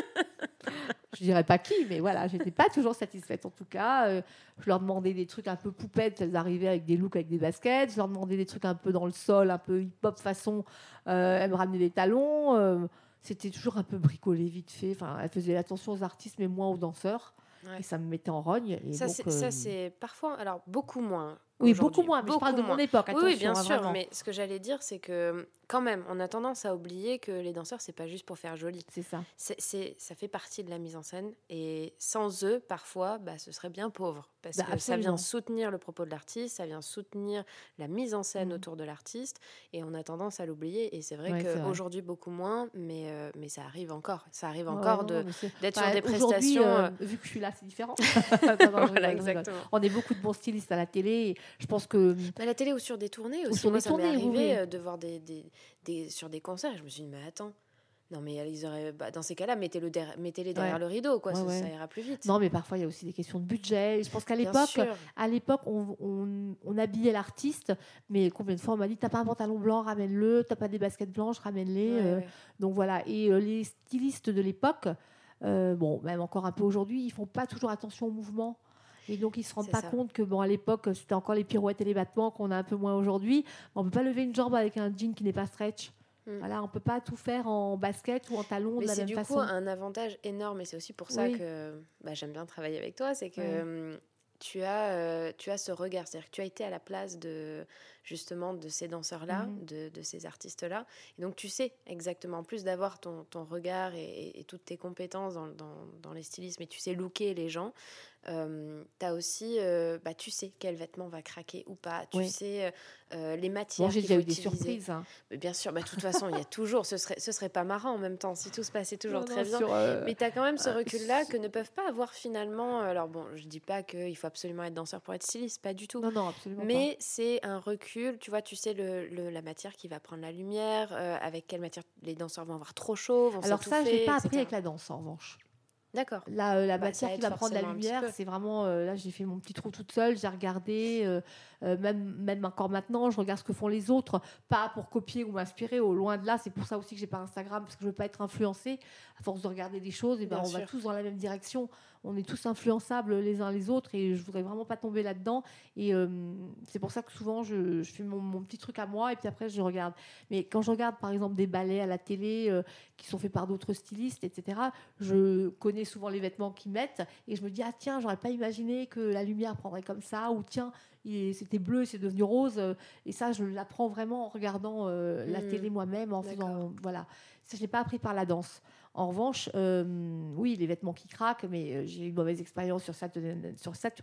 je dirais pas qui, mais voilà, j'étais pas toujours satisfaite. En tout cas, euh, je leur demandais des trucs un peu poupettes, elles arrivaient avec des looks, avec des baskets. Je leur demandais des trucs un peu dans le sol, un peu hip-hop façon. Euh, elles me ramenaient des talons. Euh, c'était toujours un peu bricolé, vite fait. Enfin, elles faisaient attention aux artistes, mais moins aux danseurs. Ouais. Et ça me mettait en rogne. Et ça, donc, c'est, euh... ça, c'est parfois, alors beaucoup moins. Oui, beaucoup moins, mais beaucoup je parle de moins. mon époque. Oui, oui, bien hein, sûr, vraiment. Mais ce que j'allais dire, c'est que quand même, on a tendance à oublier que les danseurs, c'est pas juste pour faire joli. C'est ça. C'est, c'est, ça fait partie de la mise en scène. Et sans eux, parfois, bah, ce serait bien pauvre. Parce bah, que absolument. Ça vient soutenir le propos de l'artiste, ça vient soutenir la mise en scène mmh. autour de l'artiste. Et on a tendance à l'oublier. Et c'est vrai ouais, qu'aujourd'hui, beaucoup moins, mais, euh, mais ça arrive encore. Ça arrive encore ouais, de, non, d'être bah, sur des prestations. Euh, vu que je suis là, c'est différent. non, non, voilà, exactement. On est beaucoup de bons stylistes à la télé. Je pense que... À la télé ou sur des tournées aussi. Sur Moi, des ça tournées, m'est arrivé oui. de voir des, des, des, sur des concerts. Et je me suis dit, mais attends. Non, mais ils auraient, bah, dans ces cas-là, mettez-le der- mettez-les derrière ouais. le rideau, quoi. Ouais, ça, ouais. ça ira plus vite. Non, mais parfois, il y a aussi des questions de budget. Je pense qu'à l'époque, à l'époque on, on, on habillait l'artiste, mais combien de fois on m'a dit, t'as pas un pantalon blanc, ramène-le. T'as pas des baskets blanches, ramène-les. Ouais, euh, ouais. Donc voilà. Et euh, les stylistes de l'époque, euh, bon, même encore un peu aujourd'hui, ils font pas toujours attention au mouvement. Et donc, ils ne se rendent c'est pas ça. compte que, bon, à l'époque, c'était encore les pirouettes et les battements qu'on a un peu moins aujourd'hui. On ne peut pas lever une jambe avec un jean qui n'est pas stretch. Mm. Voilà, on ne peut pas tout faire en basket ou en talon mais de la même façon. Mais c'est du coup un avantage énorme. Et c'est aussi pour ça oui. que bah, j'aime bien travailler avec toi. C'est que ouais. tu, as, euh, tu as ce regard. C'est-à-dire que tu as été à la place de, justement, de ces danseurs-là, mm. de, de ces artistes-là. Et donc, tu sais exactement, en plus d'avoir ton, ton regard et, et, et toutes tes compétences dans, dans, dans les stylismes, et tu sais looker les gens, Euh, t'as aussi, euh, bah, tu sais quel vêtement va craquer ou pas. Tu oui. sais euh, les matières. Bon, j'ai qu'il déjà faut eu des utiliser. surprises. Hein. Mais bien sûr, bah, de toute façon, il y a toujours. Ce serait, ce serait pas marrant en même temps si tout se passait toujours non, très non, bien. Sur, euh... Mais t'as quand même ce recul-là que ne peuvent pas avoir finalement. Alors bon, je dis pas qu'il faut absolument être danseur pour être styliste, pas du tout. Non, non, absolument Mais pas. c'est un recul. Tu vois, tu sais le, le, la matière qui va prendre la lumière, euh, avec quelle matière les danseurs vont avoir trop chaud. Vont Alors ça, je l'ai pas appris avec la danse en revanche. D'accord. Là, euh, la bah, matière qui va prendre la lumière, c'est vraiment... Euh, là, j'ai fait mon petit trou toute seule, j'ai regardé, euh, euh, même, même encore maintenant, je regarde ce que font les autres, pas pour copier ou m'inspirer, au loin de là. C'est pour ça aussi que j'ai pas Instagram, parce que je veux pas être influencée. À force de regarder des choses, et ben, on sûr. va tous dans la même direction. On est tous influençables les uns les autres, et je voudrais vraiment pas tomber là-dedans. Et euh, c'est pour ça que souvent, je, je fais mon, mon petit truc à moi, et puis après, je regarde. Mais quand je regarde, par exemple, des ballets à la télé euh, qui sont faits par d'autres stylistes, et cetera, je connais souvent les vêtements qu'ils mettent et je me dis ah tiens j'aurais pas imaginé que la lumière prendrait comme ça ou tiens il, c'était bleu c'est devenu rose et ça je l'apprends vraiment en regardant euh, mmh. la télé moi-même en D'accord. faisant voilà ça je l'ai pas appris par la danse. En revanche euh, oui les vêtements qui craquent mais euh, j'ai eu une mauvaise expérience sur Saturday, sur Saturday,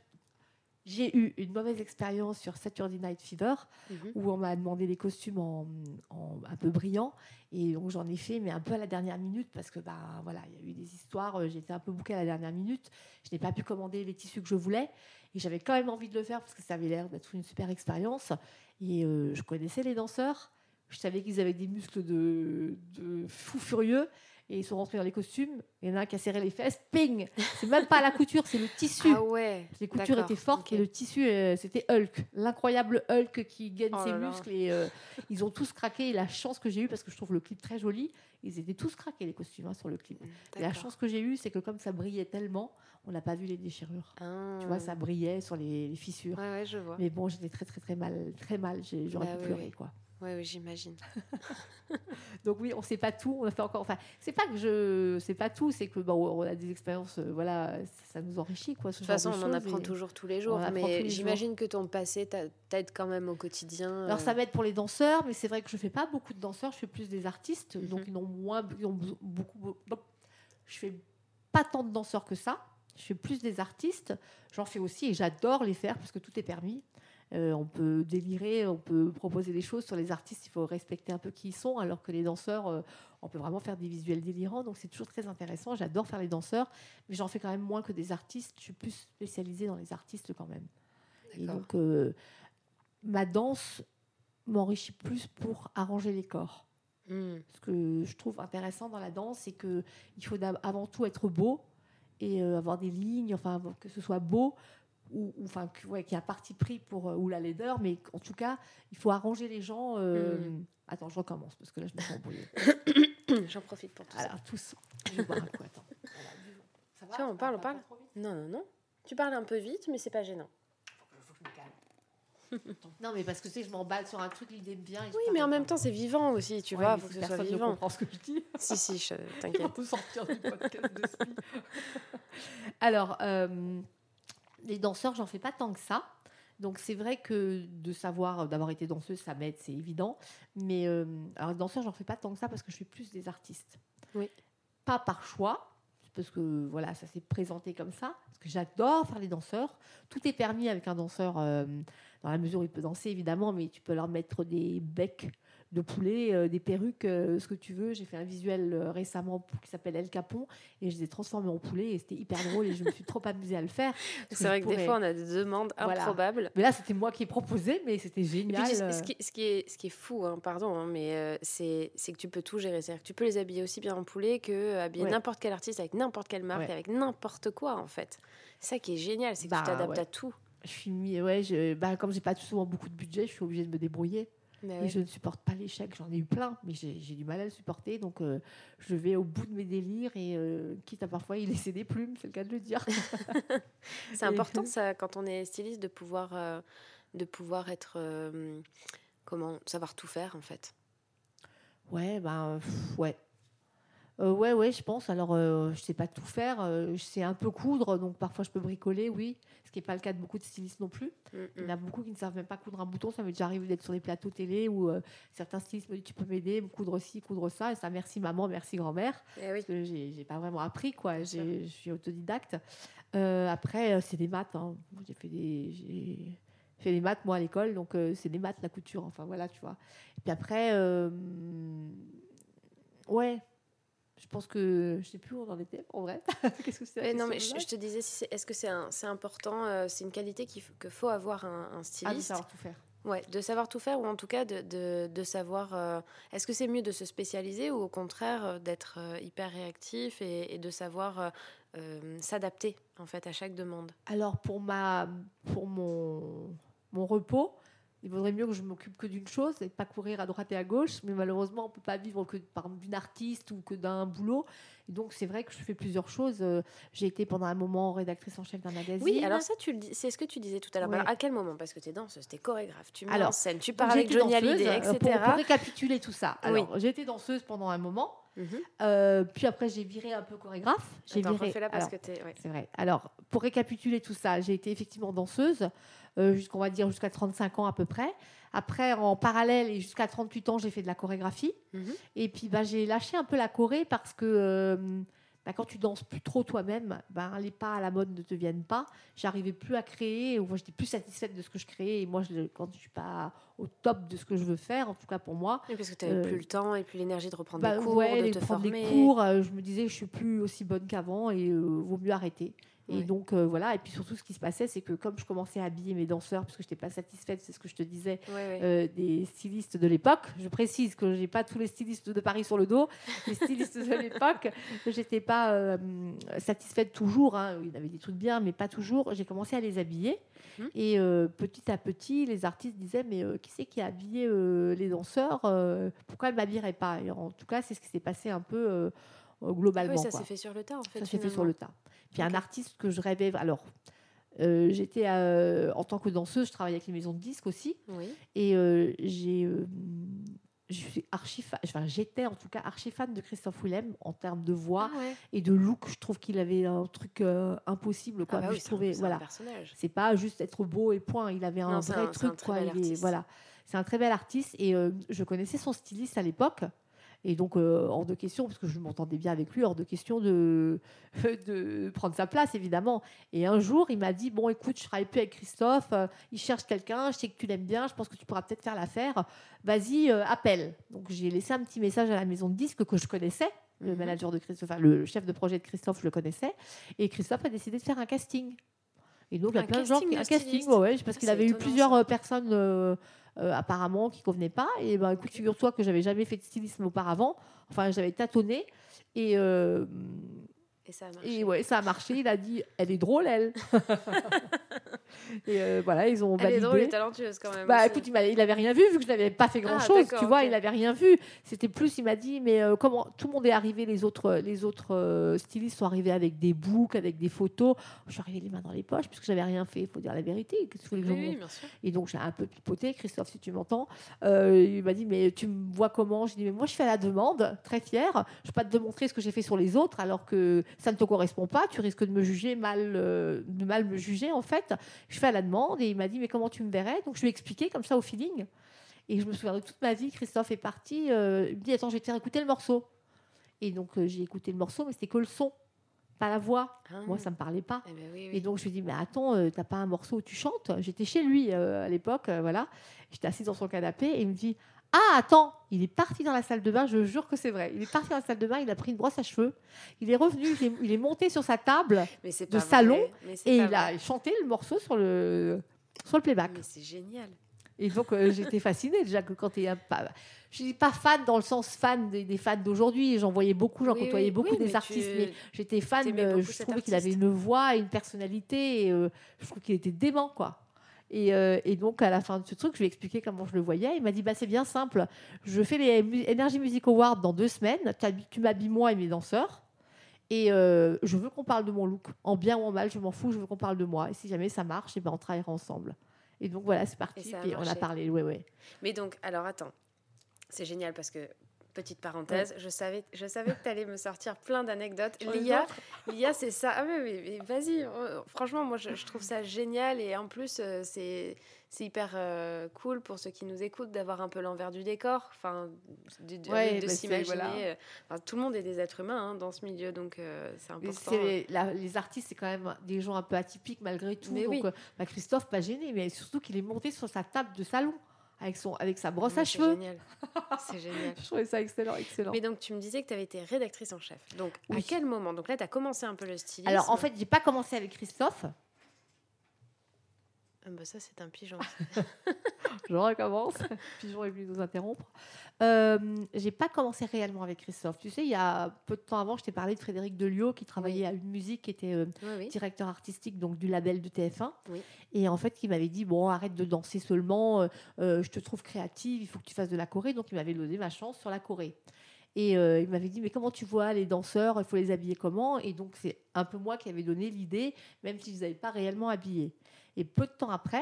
j'ai eu une mauvaise expérience sur Saturday Night Fever mmh. où on m'a demandé des costumes en, en un peu brillants et donc j'en ai fait mais un peu à la dernière minute parce que bah voilà il y a eu des histoires euh, j'étais un peu bookée à la dernière minute je n'ai pas pu commander les tissus que je voulais et j'avais quand même envie de le faire parce que ça avait l'air d'être une super expérience et euh, je connaissais les danseurs je savais qu'ils avaient des muscles de, de fous furieux et ils sont rentrés dans les costumes. Il y en a un qui a serré les fesses. Ping. C'est même pas la couture, c'est le tissu. Ah ouais. Les coutures D'accord. étaient fortes okay. et le tissu, euh, c'était Hulk. L'incroyable Hulk qui gagne oh ses muscles. Et, euh, ils ont tous craqué. Et la chance que j'ai eue, parce que je trouve le clip très joli, ils étaient tous craqués, les costumes, hein, sur le clip. Et la chance que j'ai eue, c'est que comme ça brillait tellement, on n'a pas vu les déchirures. Ah. Tu vois, ça brillait sur les, les fissures. Ouais, ouais, je vois. Mais bon, j'étais très, très, très mal. Très mal. J'ai, j'aurais bah, pu oui, pleurer, oui. quoi. Oui, oui, j'imagine. Donc oui, on ne sait pas tout. On a fait encore. Enfin, c'est pas que je sais pas tout, c'est que bon, on a des expériences. Euh, voilà, ça nous enrichit quoi. De toute façon, de on en apprend toujours tous les jours. Mais les j'imagine jours. que ton passé t'aide quand même au quotidien. Alors ça m'aide pour les danseurs, mais c'est vrai que je fais pas beaucoup de danseurs. Je fais plus des artistes, mm-hmm. donc ils ont moins, ils ont beaucoup. beaucoup je fais pas tant de danseurs que ça. Je fais plus des artistes. J'en fais aussi et j'adore les faire parce que tout est permis. Euh, on peut délirer, on peut proposer des choses sur les artistes, il faut respecter un peu qui ils sont, alors que les danseurs, euh, on peut vraiment faire des visuels délirants, donc c'est toujours très intéressant. J'adore faire les danseurs, mais j'en fais quand même moins que des artistes. Je suis plus spécialisée dans les artistes quand même. D'accord. Et donc, euh, ma danse m'enrichit plus pour arranger les corps. Mm. Ce que je trouve intéressant dans la danse, c'est qu'il faut avant tout être beau et euh, avoir des lignes, enfin, que ce soit beau, ou, ou enfin, que, ouais, qu'il y ait un parti pris pour, ou la laideur, mais en tout cas, il faut arranger les gens. Euh... Mm. Attends, je recommence, parce que là, je me sens embrouillée. J'en profite pour tout Alors, ça. tous. Je vais boire un coup, attends. Voilà, ça va, Tiens, on ça parle, va on pas parle. trop vite. Non, non, non. Tu parles un peu vite, mais c'est pas gênant. Faut que je me calme. Non, mais parce que tu sais, je m'emballe sur un truc, l'idée me vient. Et je Oui, parle mais en pas. même temps, c'est vivant aussi, tu Ouais, vois. mais Faut que si ce soit personne ne vivant. comprend ce que je dis. Si, si, je... Ils t'inquiète. vont sortir du podcast de Spi. Alors, euh, les danseurs, j'en fais pas tant que ça. Donc, c'est vrai que de savoir, d'avoir été danseuse, ça m'aide, c'est évident. Mais euh, alors, les danseurs, j'en fais pas tant que ça parce que je fais plus des artistes. Oui. Pas par choix, parce que voilà, ça s'est présenté comme ça. Parce que j'adore faire les danseurs. Tout est permis avec un danseur, euh, dans la mesure où il peut danser, évidemment, mais tu peux leur mettre des becs de poulet, euh, des perruques, euh, ce que tu veux. J'ai fait un visuel euh, récemment pour- qui s'appelle El Capon et je les ai transformés en poulet et c'était hyper drôle et je me suis trop amusée à le faire. C'est vrai que pourrais... des fois, on a des demandes Voilà. improbables. Mais là, c'était moi qui ai proposé, mais c'était Et génial. puis, ce, qui, ce, qui est, ce qui est fou, hein, pardon, hein, mais euh, c'est, c'est que tu peux tout gérer. C'est-à-dire que tu peux les habiller aussi bien en poulet que euh, habiller Ouais. n'importe quel artiste avec n'importe quelle marque, Ouais. avec n'importe quoi, en fait. C'est ça qui est génial, c'est que Bah, tu t'adaptes ouais. à tout. Je suis mis, ouais, je, bah, comme j'ai pas souvent beaucoup de budget, je suis obligée de me débrouiller. Bah Et ouais. je ne supporte pas l'échec. J'en ai eu plein, mais j'ai, j'ai du mal à le supporter. Donc, euh, je vais au bout de mes délires et euh, quitte à parfois y laisser des plumes, c'est le cas de le dire. C'est Et important, que- ça, quand on est styliste, de pouvoir, euh, de pouvoir être... euh, comment savoir tout faire, en fait. Ouais, ben, pff, ouais. Euh, ouais, ouais, je pense. Alors, euh, je sais pas tout faire. euh, je sais un peu coudre, donc parfois je peux bricoler, oui. Ce qui n'est pas le cas de beaucoup de stylistes non plus. Mm, Il y en mm. a beaucoup qui ne savent même pas coudre un bouton. Ça m'est déjà arrivé d'être sur des plateaux télé où euh, certains stylistes me disent tu peux m'aider, me coudre ci, coudre ça. Et ça, merci maman, merci grand-mère. Eh oui. Parce que j'ai, j'ai pas vraiment appris, quoi. sûr. J'ai, je suis autodidacte. Euh, après, euh, c'est des maths. Hein. J'ai fait des, j'ai fait des maths moi à l'école, donc euh, c'est des maths la couture. Enfin voilà, tu vois. Et puis après, euh, ouais. Je pense que je sais plus où on en était en vrai. Qu'est-ce que c'est la Mais non, mais question je, de je te disais, si c'est- est-ce que c'est, un, c'est important, euh, c'est une qualité qu'il faut, que faut avoir un, un Ah, de styliste. savoir tout faire. Ouais, de savoir tout faire ou en tout cas de, de, de savoir. euh, est-ce que c'est mieux de se spécialiser ou au contraire euh, d'être euh, hyper réactif et, et de savoir euh, euh, s'adapter en fait à chaque demande? Alors pour ma, pour mon, mon repos, il vaudrait mieux que je m'occupe que d'une chose et pas courir à droite et à gauche. Mais malheureusement, on peut pas vivre que par d'une artiste ou que d'un boulot. Et donc c'est vrai que je fais plusieurs choses. Euh, J'ai été pendant un moment rédactrice en chef d'un magazine. Oui, alors ça, tu le dis, c'est ce que tu disais tout à l'heure. Ouais. Alors, à quel moment? Parce que tu es danseuse, tu es chorégraphe, tu mets Alors, en scène, tu Donc, parles j'ai avec été Johnny danseuse, Hallyday, euh, et cetera. Pour, pour récapituler tout ça. Oui. Alors, j'ai été danseuse pendant un moment. Mhm. Euh, puis après, j'ai viré un peu chorégraphe. J'ai Attends, viré. refais-la parce alors, que tu es... Ouais. C'est vrai. Alors, pour récapituler tout ça, j'ai été effectivement danseuse, euh, jusqu'on va dire jusqu'à trente-cinq ans à peu près. Après, en parallèle et jusqu'à trente-huit ans, j'ai fait de la chorégraphie. Mhm. Et puis, bah, j'ai lâché un peu la choré parce que euh, bah, quand tu danses plus trop toi-même, bah, les pas à la mode ne te viennent pas. J'arrivais plus à créer, ou moi, j'étais plus satisfaite de ce que je créais. Et moi, je, quand je suis pas au top de ce que je veux faire, en tout cas pour moi, Oui, parce que tu n'avais Euh, plus le temps et plus l'énergie de reprendre bah, des cours, ouais, de les te prendre former. des cours, euh, je me disais que je suis plus aussi bonne qu'avant et euh, vaut mieux arrêter. Et Ouais. donc euh, voilà, et puis surtout ce qui se passait, c'est que comme je commençais à habiller mes danseurs, parce que je n'étais pas satisfaite, c'est ce que je te disais, Ouais, ouais. euh, des stylistes de l'époque. Je précise que je n'ai pas tous les stylistes de Paris sur le dos. Les stylistes de l'époque, je n'étais pas euh, satisfaite toujours. Hein. Il y avait des trucs bien, mais pas toujours. J'ai commencé à les habiller. Mhm. Et euh, petit à petit, les artistes disaient, mais euh, qui c'est qui a habillé euh, les danseurs euh, Pourquoi elles ne m'habilleraient pas? Et en tout cas, c'est ce qui s'est passé un peu euh, Ah globalement. oui, ça quoi. s'est fait sur le tas en fait. Ça s'est fait finalement. sur le tas. Puis Ok. un artiste que je rêvais. Alors, euh, j'étais euh, en tant que danseuse, je travaillais avec les maisons de disques aussi. Oui. Et euh, j'ai, euh, je suis archi fan, enfin, j'étais en tout cas archi fan de Christophe Willem en termes de voix Ah ouais. et de look. Je trouve qu'il avait un truc euh, impossible. Quoi. Ah bah Mais oui, je c'est trouvais, un, c'est un voilà, personnage. c'est pas juste être beau et point. Il avait un Non, c'est vrai un- c'est un truc. très Quoi. bel Il est- artiste. voilà, c'est un très bel artiste. Et euh, je connaissais son styliste à l'époque. Et donc, euh, hors de question, parce que je m'entendais bien avec lui, hors de question de, de prendre sa place, évidemment. Et un jour, il m'a dit, bon, écoute, je ne travaille plus avec Christophe, euh, il cherche quelqu'un, je sais que tu l'aimes bien, je pense que tu pourras peut-être faire l'affaire, vas-y, euh, appelle. Donc, j'ai laissé un petit message à la maison de disques que je connaissais, le Mhm. manager de Christophe, enfin, le chef de projet de Christophe, je le connaissais. Et Christophe a décidé de faire un casting. Et donc, il y a Un plein de gens casting qui... de Un casting, styliste. ouais, ouais, parce Ah, qu'il c'est avait eu étonnant, plusieurs ça. euh, personnes... euh, euh, apparemment qui convenait pas. Et ben écoute, figure-toi que j'avais jamais fait de stylisme auparavant. Enfin, j'avais tâtonné et euh, Et ça a marché. Et ouais, ça a marché. Il a dit, elle est drôle, elle. Et euh, voilà, ils ont Elle validé. est drôle et talentueuse quand même. Bah aussi. écoute, il, il avait rien vu vu que je n'avais pas fait grand Ah, chose. d'accord, Tu vois, ok. il avait rien vu. C'était plus, il m'a dit, mais euh, comment tout le monde est arrivé, les autres, les autres euh, stylistes sont arrivés avec des books, avec des photos. Je suis arrivée les mains dans les poches puisque j'avais rien fait. Il faut dire la vérité. Qu'est-ce que vous voulez que je Oui, vous oui, montre bien sûr. Et donc j'ai un peu pipoté, Christophe, si tu m'entends. Euh, il m'a dit, mais tu me vois comment? Je dis, mais moi je fais à la demande, très fière. Je ne vais pas te démontrer ce que j'ai fait sur les autres alors que ça ne te correspond pas. Tu risques de me juger mal, euh, de mal me juger en fait. Je fais à la demande et il m'a dit, mais comment tu me verrais? Donc je lui ai expliqué comme ça au feeling. Et je me souviens de toute ma vie, Christophe est parti. Euh, il me dit, attends, je vais te faire écouter le morceau. Et donc euh, j'ai écouté le morceau, mais c'était que le son, pas la voix. Ah. Moi, ça ne me parlait pas. Eh ben oui, oui. Et donc je lui ai dit, mais attends, euh, t'as pas un morceau où tu chantes? J'étais chez lui euh, à l'époque, euh, voilà. J'étais assise dans son canapé et il me dit, ah attends, il est parti dans la salle de bain, je jure que c'est vrai. Il est parti dans la salle de bain, il a pris une brosse à cheveux, il est revenu, il est, il est monté sur sa table Mais c'est de pas salon vrai. Mais c'est et pas il vrai. a chanté le morceau sur le, sur le playback. Mais c'est génial. Et donc, euh, j'étais fascinée déjà que quand tu es pas, je dis pas fan dans le sens fan des, des fans d'aujourd'hui. J'en voyais beaucoup, j'en Oui, côtoyais oui, beaucoup oui, des mais tu- artistes, mais j'étais fan. t'aimais euh, beaucoup je cet trouvais qu'il avait artiste. une voix, une personnalité. Et, euh, je trouve qu'il était dément, quoi. Et, euh, et donc, à la fin de ce truc, je lui ai expliqué comment je le voyais. Il m'a dit, bah, c'est bien simple. Je fais les Mu- Energy Music Awards dans deux semaines. T'habi- Tu m'habilles moi et mes danseurs. Et euh, je veux qu'on parle de mon look. En bien ou en mal, je m'en fous. Je veux qu'on parle de moi. Et si jamais ça marche, et ben, on travaillera ensemble. Et donc, voilà, c'est Et parti. ça a Puis on a marché. parlé. Ouais, ouais. Mais donc, alors attends, c'est génial parce que, petite parenthèse, je savais, je savais que tu allais me sortir plein d'anecdotes. J'en ai L'I A, d'autres. l'I A c'est ça. Ah oui, mais, mais vas-y, euh, franchement, moi je, je trouve ça génial et en plus, euh, c'est, c'est hyper euh, cool pour ceux qui nous écoutent d'avoir un peu l'envers du décor, enfin, de, de, Ouais, de bah, c'est- s'imaginer. voilà. euh, enfin, tout le monde est des êtres humains hein, dans ce milieu, donc euh, c'est Mais important. c'est- la- les artistes, c'est quand même des gens un peu atypiques malgré tout. Mais donc, oui. euh, bah, Christophe, pas gêné, mais surtout qu'il est monté sur sa table de salon avec, son, avec sa brosse Mais à c'est cheveux. génial. C'est génial. Je trouvais ça excellent, excellent. Mais donc, tu me disais que tu avais été rédactrice en chef. Donc, à Oui. quel moment? Donc là, tu as commencé un peu le stylisme. Alors, en fait, j'ai pas commencé avec Christophe. Ah bah ça, c'est un pigeon. Je recommence. Pigeon est venu nous interrompre. Euh, j'ai pas commencé réellement avec Christophe. Tu sais, il y a peu de temps avant, je t'ai parlé de Frédéric Deliot qui travaillait Oui. à Une Musique, qui était euh, Oui, oui. directeur artistique donc, du label de T F un. Oui. Et en fait, qui m'avait dit, bon, arrête de danser seulement, euh, euh, je te trouve créative, il faut que tu fasses de la choré. Donc, il m'avait donné ma chance sur la choré. Et euh, il m'avait dit, mais comment tu vois les danseurs, il faut les habiller comment? Et donc, c'est un peu moi qui avais donné l'idée, même si je ne les avais pas réellement habillés. Et peu de temps après,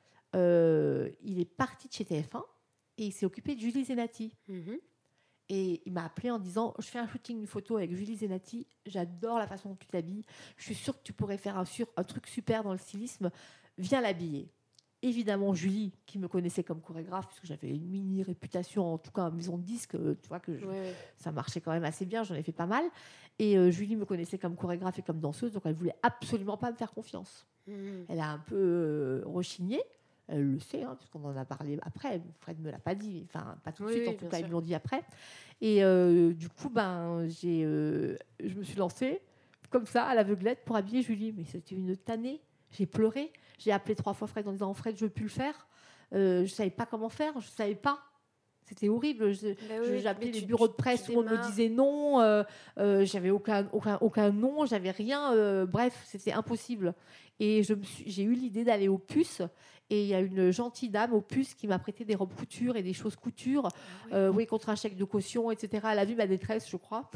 euh, il est parti de chez T F un et il s'est occupé de Julie Zenati. Mhm. Et il m'a appelé en disant, je fais un shooting, une photo avec Julie Zenati, j'adore la façon dont tu t'habilles, je suis sûre que tu pourrais faire un, sur, un truc super dans le stylisme, viens l'habiller. Évidemment, Julie, qui me connaissait comme chorégraphe, puisque j'avais une mini réputation, en tout cas en maison de disque, euh, tu vois que je- Oui, oui. ça marchait quand même assez bien, j'en ai fait pas mal. Et euh, Julie me connaissait comme chorégraphe et comme danseuse, donc elle voulait absolument pas me faire confiance. Mhm. Elle a un peu euh, rechigné. Elle le sait, hein, puisqu'on en a parlé après. Fred ne me l'a pas dit, enfin pas tout de Oui, suite, oui, en tout bien cas sûr. ils me l'ont dit après. Et euh, du coup, ben, j'ai, euh, je me suis lancée comme ça à l'aveuglette pour habiller Julie. Mais c'était une tannée. J'ai pleuré. J'ai appelé trois fois Fred en disant Fred, je veux plus le faire. Euh, je ne savais pas comment faire. Je ne savais pas. C'était horrible. Je- Bah oui, je- oui, J'appelais mais les tu- bureaux tu- de presse, tu tout le monde me démarres. disait non. Euh, euh, j'avais aucun, aucun, aucun nom, j'avais rien. euh, bref, c'était impossible. Et je me suis- j'ai eu l'idée d'aller au Puce. Et il y a une gentille dame au Puce qui m'a prêté des robes couture et des choses couture. Ah ouais. Euh, oui, contre un chèque de caution, et cetera. Elle a vu ma détresse, je crois.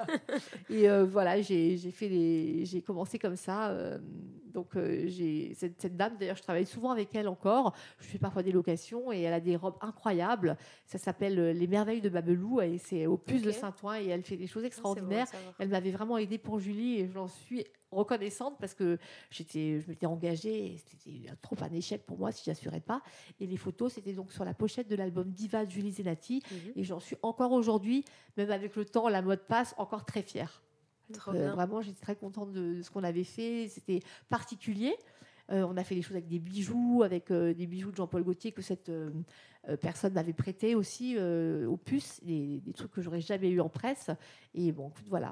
Et euh, voilà, j'ai j'ai fait les, j'ai commencé comme ça. euh, donc euh, j'ai cette, cette dame, d'ailleurs, je travaille souvent avec elle encore. Je fais parfois des locations et elle a des robes incroyables. Ça s'appelle euh, Les Merveilles de Babelou et c'est au Puce Ok. de Saint-Ouen et elle fait des choses Ah, c'est bon à extraordinaires. savoir. Elle m'avait vraiment aidée pour Julie et j'en suis reconnaissante parce que j'étais, je m'étais engagée et c'était trop un échec pour moi si j'assurais pas. Et les photos, c'était donc sur la pochette de l'album Diva de Julie Zenati. Mhm. Et j'en suis encore aujourd'hui, même avec le temps, la mode passe, encore très fière. Trop Donc, euh, bien. vraiment, j'étais très contente de, de ce qu'on avait fait. C'était particulier. Euh, on a fait des choses avec des bijoux, avec euh, des bijoux de Jean-Paul Gaultier que cette euh, euh, personne m'avait prêté aussi euh, au Puce, des, des trucs que j'aurais jamais eu en presse. Et bon, écoute, voilà.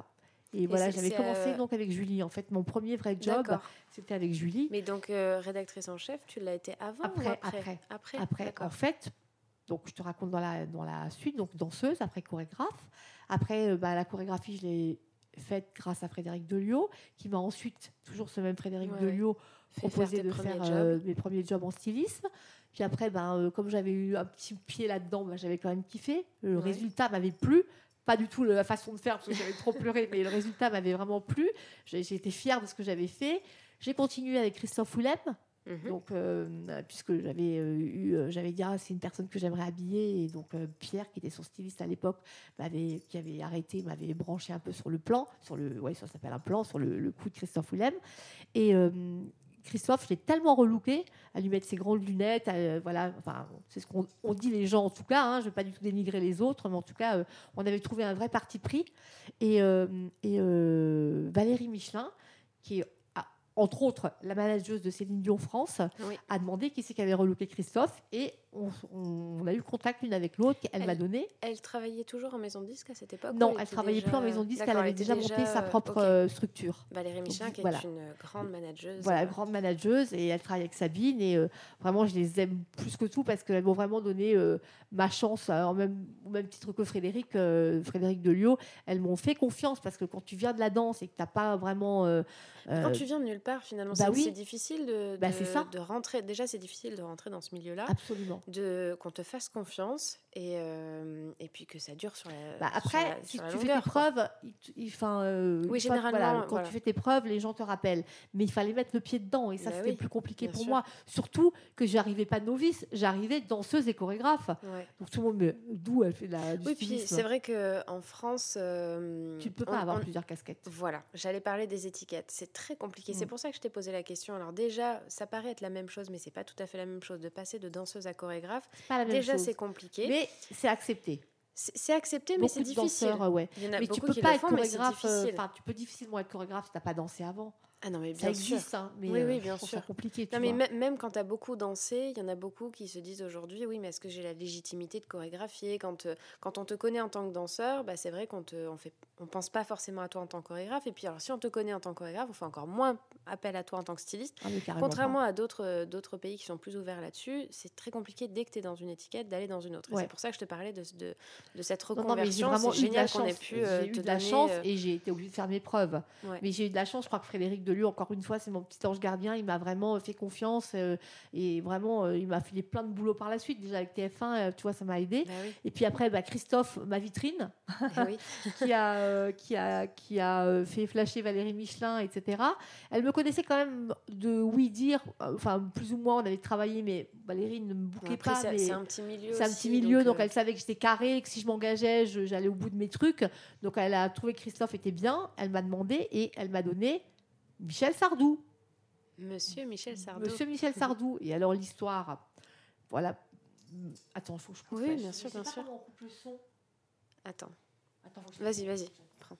Et, et voilà, c'est, j'avais c'est commencé euh... donc avec Julie. En fait, mon premier vrai job, D'accord. c'était avec Julie. Mais donc, euh, rédactrice en chef, tu l'as été avant après, ou après Après, après, après. D'accord. En fait, donc, je te raconte dans la, dans la suite, donc danseuse, après chorégraphe. Après, euh, bah, la chorégraphie, je l'ai faite grâce à Frédéric Deliot, qui m'a ensuite, toujours ce même Frédéric ouais, Deliot, ouais. proposé faire de faire euh, mes premiers jobs en stylisme. Puis après, ben, euh, comme j'avais eu un petit pied là-dedans, ben, j'avais quand même kiffé. Le ouais. résultat m'avait plu. Pas du tout la façon de faire, parce que j'avais trop pleuré, mais le résultat m'avait vraiment plu. J'ai, j'ai été fière de ce que j'avais fait. J'ai continué avec Christophe Houlem. Mmh. Donc, euh, puisque j'avais euh, eu, euh, j'avais dit, ah, c'est une personne que j'aimerais habiller, et donc euh, Pierre, qui était son styliste à l'époque, m'avait, qui avait arrêté, m'avait branché un peu sur le plan, sur le, ouais, ça s'appelle un plan, sur le, le coup de Christophe Houlem. Et euh, Christophe, je l'ai tellement relooké à lui mettre ses grandes lunettes, euh, voilà, enfin, c'est ce qu'on on dit les gens en tout cas, hein, je ne vais pas du tout dénigrer les autres, mais en tout cas, euh, on avait trouvé un vrai parti pris. Et, euh, et euh, Valérie Michelin, qui est entre autres, la manageuse de Céline Dion France, oui. a demandé qui c'est qui avait relooké Christophe, et on, on a eu contact l'une avec l'autre, elle, elle m'a donné. Elle travaillait toujours en maison de disque à cette époque? Non, elle ne travaillait déjà... plus en maison de disque, D'accord, elle avait elle déjà monté déjà... sa propre okay. structure. Valérie Michelin, Donc, qui est voilà. une grande manageuse. Voilà, grande manageuse, et elle travaille avec Sabine, et euh, vraiment, je les aime plus que tout, parce qu'elles m'ont vraiment donné euh, ma chance, euh, au même, même titre que Frédéric, euh, Frédéric Deliot. Elles m'ont fait confiance, parce que quand tu viens de la danse et que tu n'as pas vraiment... Euh, Quand tu viens de nulle part, finalement, bah c'est, oui. c'est difficile de, de, bah c'est ça. de rentrer. Déjà, c'est difficile de rentrer dans ce milieu-là. Absolument. De, qu'on te fasse confiance et, euh, et puis que ça dure sur la bah Après, sur la, si sur tu la fais longueur, tes preuves, il, il, euh, oui, fois, généralement, voilà, quand voilà. tu fais tes preuves, les gens te rappellent. Mais il fallait mettre le pied dedans, et ça, bah c'était oui, plus compliqué pour sûr. moi. Surtout que j'arrivais pas novice, j'arrivais danseuse et chorégraphe. Ouais. Donc tout le monde me... D'où elle fait de la, du Oui, stylisme. puis c'est vrai qu'en France... Euh, tu ne peux pas on, avoir on... plusieurs casquettes. Voilà, j'allais parler des étiquettes. C'est très compliqué. Mm. C'est pour ça que je t'ai posé la question. Alors déjà, ça paraît être la même chose, mais c'est pas tout à fait la même chose de passer de danseuse à chorégraphe. C'est pas la même déjà, chose. c'est compliqué. Mais c'est accepté. C'est, c'est accepté, beaucoup mais c'est difficile. Danseurs, ouais. Il y en a mais beaucoup tu peux qui pas le être font, chorégraphe. Enfin, tu peux difficilement être chorégraphe si tu n'as pas dansé avant. Ah non, mais bien ça existe, sûr. Hein, mais oui, euh, oui, bien je sûr. Ça compliqué. Tu non, vois. mais m- même quand tu as beaucoup dansé, il y en a beaucoup qui se disent aujourd'hui, oui, mais est-ce que j'ai la légitimité de chorégraphier? Quand, euh, quand on te connaît en tant que danseur, bah, c'est vrai qu'on te, on fait, on pense pas forcément à toi en tant que chorégraphe. Et puis, alors, si on te connaît en tant que chorégraphe, on fait encore moins appel à toi en tant que styliste. Ah, Contrairement pas. à d'autres, euh, d'autres pays qui sont plus ouverts là-dessus, c'est très compliqué dès que tu es dans une étiquette d'aller dans une autre. Ouais. Et c'est pour ça que je te parlais de, de, de cette reconversion. Non, non, c'est génial qu'on ait pu euh, j'ai te eu de la donner, chance euh... et j'ai été obligée de faire mes preuves. Ouais. Mais j'ai eu de la chance. Je crois que Frédéric Deliot, encore une fois, c'est mon petit ange gardien. Il m'a vraiment fait confiance euh, et vraiment, euh, il m'a filé plein de boulot par la suite. Déjà avec T F un, euh, tu vois, ça m'a aidé. Bah oui. Et puis après, bah, Christophe, ma vitrine, oui. qui a euh, qui a qui a fait flasher Valérie Michelin, et cetera. Elle me connaissait quand même de oui dire, enfin plus ou moins, on avait travaillé, mais Valérie ne me bouquait après, pas. C'est, mais c'est un petit milieu. C'est aussi, un petit milieu, donc, donc euh... elle savait que j'étais carrée, que si je m'engageais, je, j'allais au bout de mes trucs. Donc elle a trouvé que Christophe était bien. Elle m'a demandé et elle m'a donné Michel Sardou. Monsieur Michel Sardou. Monsieur Michel Sardou. Et alors l'histoire, voilà. Attends, il faut que je coupe. Oui, bien sûr, bien sûr. Comment on coupe le son. Attends. Attends faut que je vas-y, vas-y. Prends.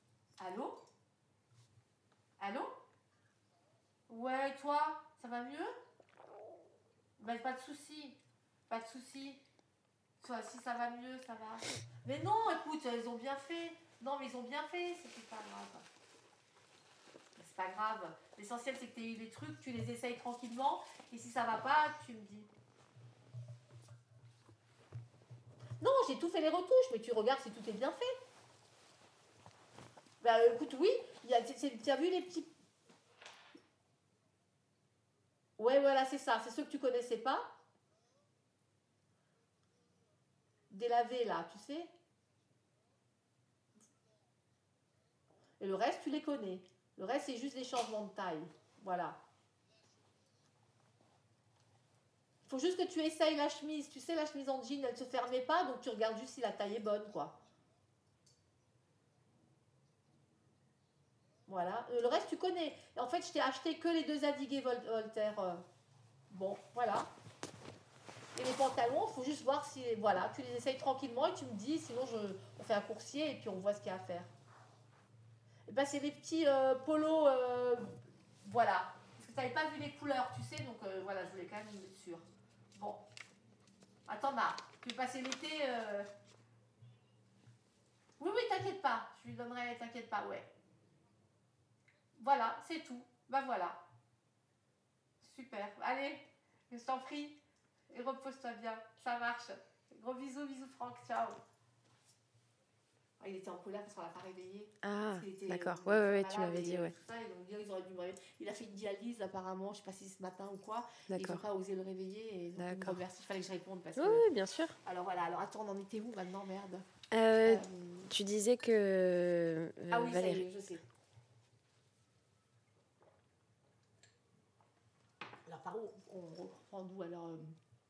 Allô. Allô. Ouais, et toi, ça va mieux? Ben, pas de souci, pas de souci. Toi, si ça va mieux, ça va. Mais non, écoute, ils ont bien fait. Non, mais ils ont bien fait, c'est pas grave. C'est pas grave. L'essentiel, c'est que tu aies eu les trucs, tu les essayes tranquillement. Et si ça va pas, tu me dis. Non, j'ai tout fait les retouches, mais tu regardes si tout est bien fait. Ben, écoute, oui, tu as vu les petits. Ouais, voilà, c'est ça. C'est ceux que tu connaissais pas. Délavés, là, tu sais. Et le reste, tu les connais. Le reste, c'est juste des changements de taille. Voilà. Il faut juste que tu essayes la chemise. Tu sais, la chemise en jean, elle ne se fermait pas, donc tu regardes juste si la taille est bonne, quoi. Voilà. Le reste, tu connais. Et en fait, je t'ai acheté que les deux Adiguet Vol- Voltaire. Bon, voilà. Et les pantalons, il faut juste voir si... Voilà, tu les essayes tranquillement et tu me dis, sinon je, on fait un coursier et puis on voit ce qu'il y a à faire. Et ben, c'est des petits euh, polos... Euh, voilà. Parce que tu n'avais pas vu les couleurs, tu sais, donc euh, voilà, je voulais quand même être sûre. Bon. Attends, Marc, tu veux passer l'été euh... Oui, oui, t'inquiète pas. Je lui donnerai, t'inquiète pas, ouais. Voilà, c'est tout. Bah voilà. Super. Allez, je t'en prie. Et repose-toi bien. Ça marche. Gros bisous, bisous Franck. Ciao. Il était en colère parce qu'on l'a pas réveillé. Ah, était, d'accord. Euh, ouais, ouais, ouais, tu m'avais dit, ouais. Ça, ils ont, ils auraient dû me réveiller. Il a fait une dialyse apparemment, je sais pas si c'est ce matin ou quoi. D'accord. Ils n'ont pas osé le réveiller. Et donc, ils me remercient. Il fallait que je réponde parce oui, que. Oui, bien sûr. Alors voilà. Alors attends, on en était où maintenant, merde. Euh, euh... Tu disais que euh, ah oui, Valérie. Ça y est, je sais. Alors par où on reprend d'où alors euh...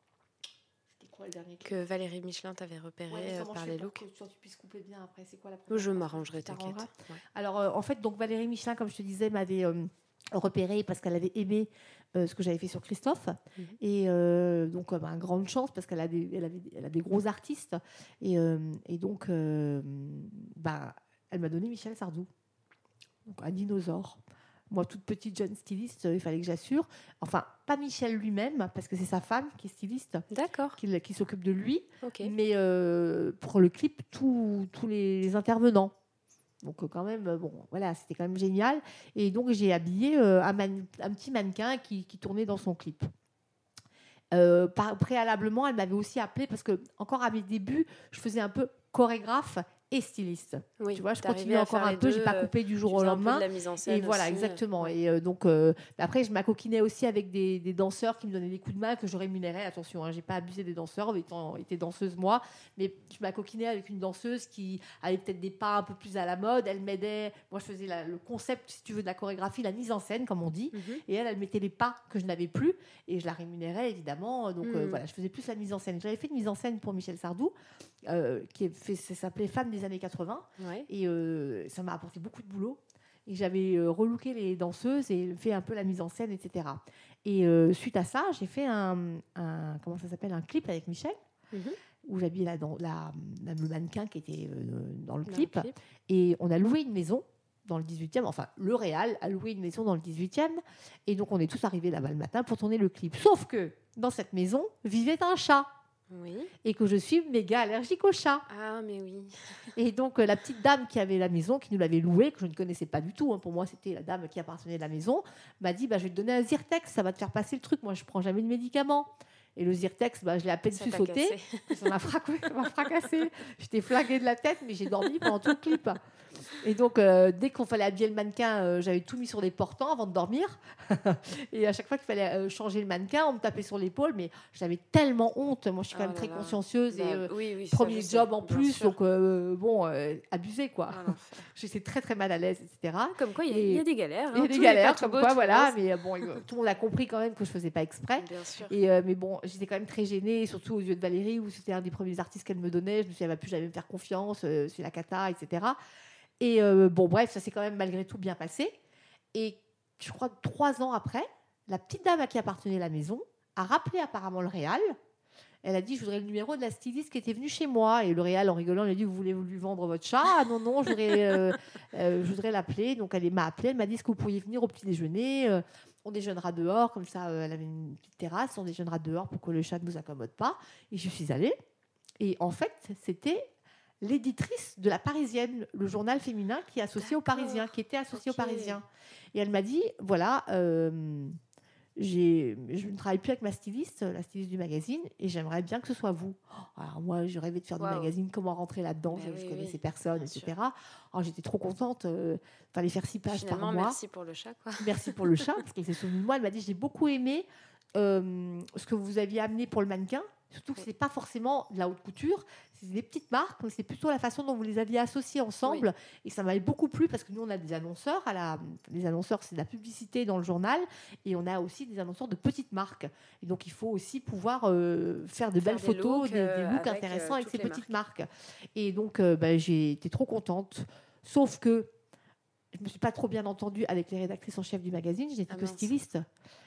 Le dernier que Valérie Michelin t'avait repéré ouais, par les looks. Que tu puisses couper bien après, c'est quoi la première Je m'arrangerai, t'inquiète. Ouais. Alors euh, en fait, donc Valérie Michelin, comme je te disais, m'avait euh, repéré parce qu'elle avait aimé euh, ce que j'avais fait sur Christophe. Mm-hmm. Et euh, donc, euh, bah, grande chance parce qu'elle a des, elle avait, elle a des gros artistes. Et, euh, et donc, euh, bah, elle m'a donné Michel Sardou, donc un dinosaure. Moi, toute petite jeune styliste, il fallait que j'assure. Enfin, pas Michel lui-même, parce que c'est sa femme qui est styliste. D'accord. Qui, qui s'occupe de lui. Okay. Mais euh, pour le clip, tous les intervenants. Donc, quand même, bon, voilà, c'était quand même génial. Et donc, j'ai habillé euh, un, man, un petit mannequin qui, qui tournait dans son clip. Euh, par, préalablement, elle m'avait aussi appelé parce que, encore à mes débuts, je faisais un peu chorégraphe et styliste. Oui, tu vois, je continuais encore un peu, j'ai pas coupé du jour au lendemain. Un peu de la mise en scène et voilà, aussi. exactement. Ouais. Et euh, donc euh, après, je m'acoquinais aussi avec des, des danseurs qui me donnaient des coups de main que je rémunérais. Attention, hein, j'ai pas abusé des danseurs, étant été danseuse moi, mais je m'acoquinais avec une danseuse qui avait peut-être des pas un peu plus à la mode. Elle m'aidait. Moi, je faisais la, le concept, si tu veux, de la chorégraphie, la mise en scène, comme on dit. Mm-hmm. Et elle, elle mettait les pas que je n'avais plus, et je la rémunérais évidemment. Donc mm. euh, voilà, je faisais plus la mise en scène. J'avais fait une mise en scène pour Michel Sardou. Euh, qui fait, ça s'appelait Femme des années quatre-vingts ouais. Et euh, ça m'a apporté beaucoup de boulot et j'avais euh, relooké les danseuses et fait un peu la mise en scène, etc. Et euh, suite à ça, j'ai fait un, un comment ça s'appelle un clip avec Michel mm-hmm. où j'habillais la, la, la, le mannequin qui était euh, dans le clip. dans le clip et on a loué une maison dans le dix-huitième, enfin le Réal a loué une maison dans le dix-huitième et donc on est tous arrivés là-bas le matin pour tourner le clip. Sauf que dans cette maison vivait un chat. Oui. Et que je suis méga allergique aux chats. Ah, mais oui. Et donc, euh, la petite dame qui avait la maison, qui nous l'avait louée, que je ne connaissais pas du tout, hein, pour moi, c'était la dame qui appartenait à la maison, m'a dit bah, je vais te donner un Zyrtex, ça va te faire passer le truc. Moi, je ne prends jamais de médicaments. Et le Zyrtex, bah, je l'ai à peine su sauter. Ça m'a fracassé. Ça m'a fracassé. J'étais flaguée de la tête, mais j'ai dormi pendant tout le clip. Et donc, euh, dès qu'on fallait habiller le mannequin, euh, j'avais tout mis sur des portants avant de dormir. Et à chaque fois qu'il fallait euh, changer le mannequin, on me tapait sur l'épaule. Mais j'avais tellement honte. Moi, je suis quand même oh très là consciencieuse. Bah, et euh, oui, oui, premier ça, job en plus. Sûr. Donc, euh, bon, euh, abusé, quoi. Oh, j'étais très, très mal à l'aise, et cetera. Comme quoi, il y, y a des galères. Il hein, y a des galères, comme quoi, voilà. Mais bon, tout le monde a compris quand même que je ne faisais pas exprès. Bien sûr. Et, euh, mais bon, j'étais quand même très gênée, surtout aux yeux de Valérie, où c'était un des premiers artistes qu'elle me donnait. Je me suis dit, elle ne va plus jamais me faire confiance. Euh, c'est la cata, et cetera. Et euh, bon, bref, ça s'est quand même malgré tout bien passé. Et je crois que trois ans après, la petite dame à qui appartenait la maison a rappelé apparemment le Réal. Elle a dit, je voudrais le numéro de la styliste qui était venue chez moi. Et le Réal, en rigolant, lui a dit, vous voulez lui vendre votre chat ? Ah non, non, je voudrais, euh, euh, je voudrais l'appeler. Donc elle m'a appelée, elle m'a dit, est-ce que vous pourriez venir au petit déjeuner ? euh, On déjeunera dehors, comme ça, euh, elle avait une petite terrasse, on déjeunera dehors pour que le chat ne nous accommode pas. Et je suis allée. Et en fait, c'était l'éditrice de La Parisienne, le journal féminin qui est associé au Parisien, qui était associé okay. au Parisien. Et elle m'a dit, voilà, euh, j'ai, je ne travaille plus avec ma styliste, la styliste du magazine, et j'aimerais bien que ce soit vous. Alors moi, je rêvais de faire wow. du magazine, comment rentrer là-dedans, ben je ne oui, connaissais oui. personne, bien et cetera. Alors, j'étais trop contente, il euh, fallait faire six pages Finalement, par mois. Merci pour le chat. Quoi. Merci pour le chat, parce qu'elle s'est souvenue de moi. Elle m'a dit, j'ai beaucoup aimé euh, ce que vous aviez amené pour le mannequin. Surtout que ce n'est pas forcément de la haute couture, c'est des petites marques, mais c'est plutôt la façon dont vous les aviez associées ensemble. Oui. Et ça m'avait beaucoup plu parce que nous, on a des annonceurs. À la... Les annonceurs, c'est de la publicité dans le journal. Et on a aussi des annonceurs de petites marques. Et donc, il faut aussi pouvoir euh, faire de faire belles des photos, looks, des, des looks avec, intéressants euh, avec ces petites marques. marques. Et donc, euh, bah, j'ai été trop contente. Sauf que je ne me suis pas trop bien entendue avec les rédactrices en chef du magazine. Je n'étais ah, que mince. styliste.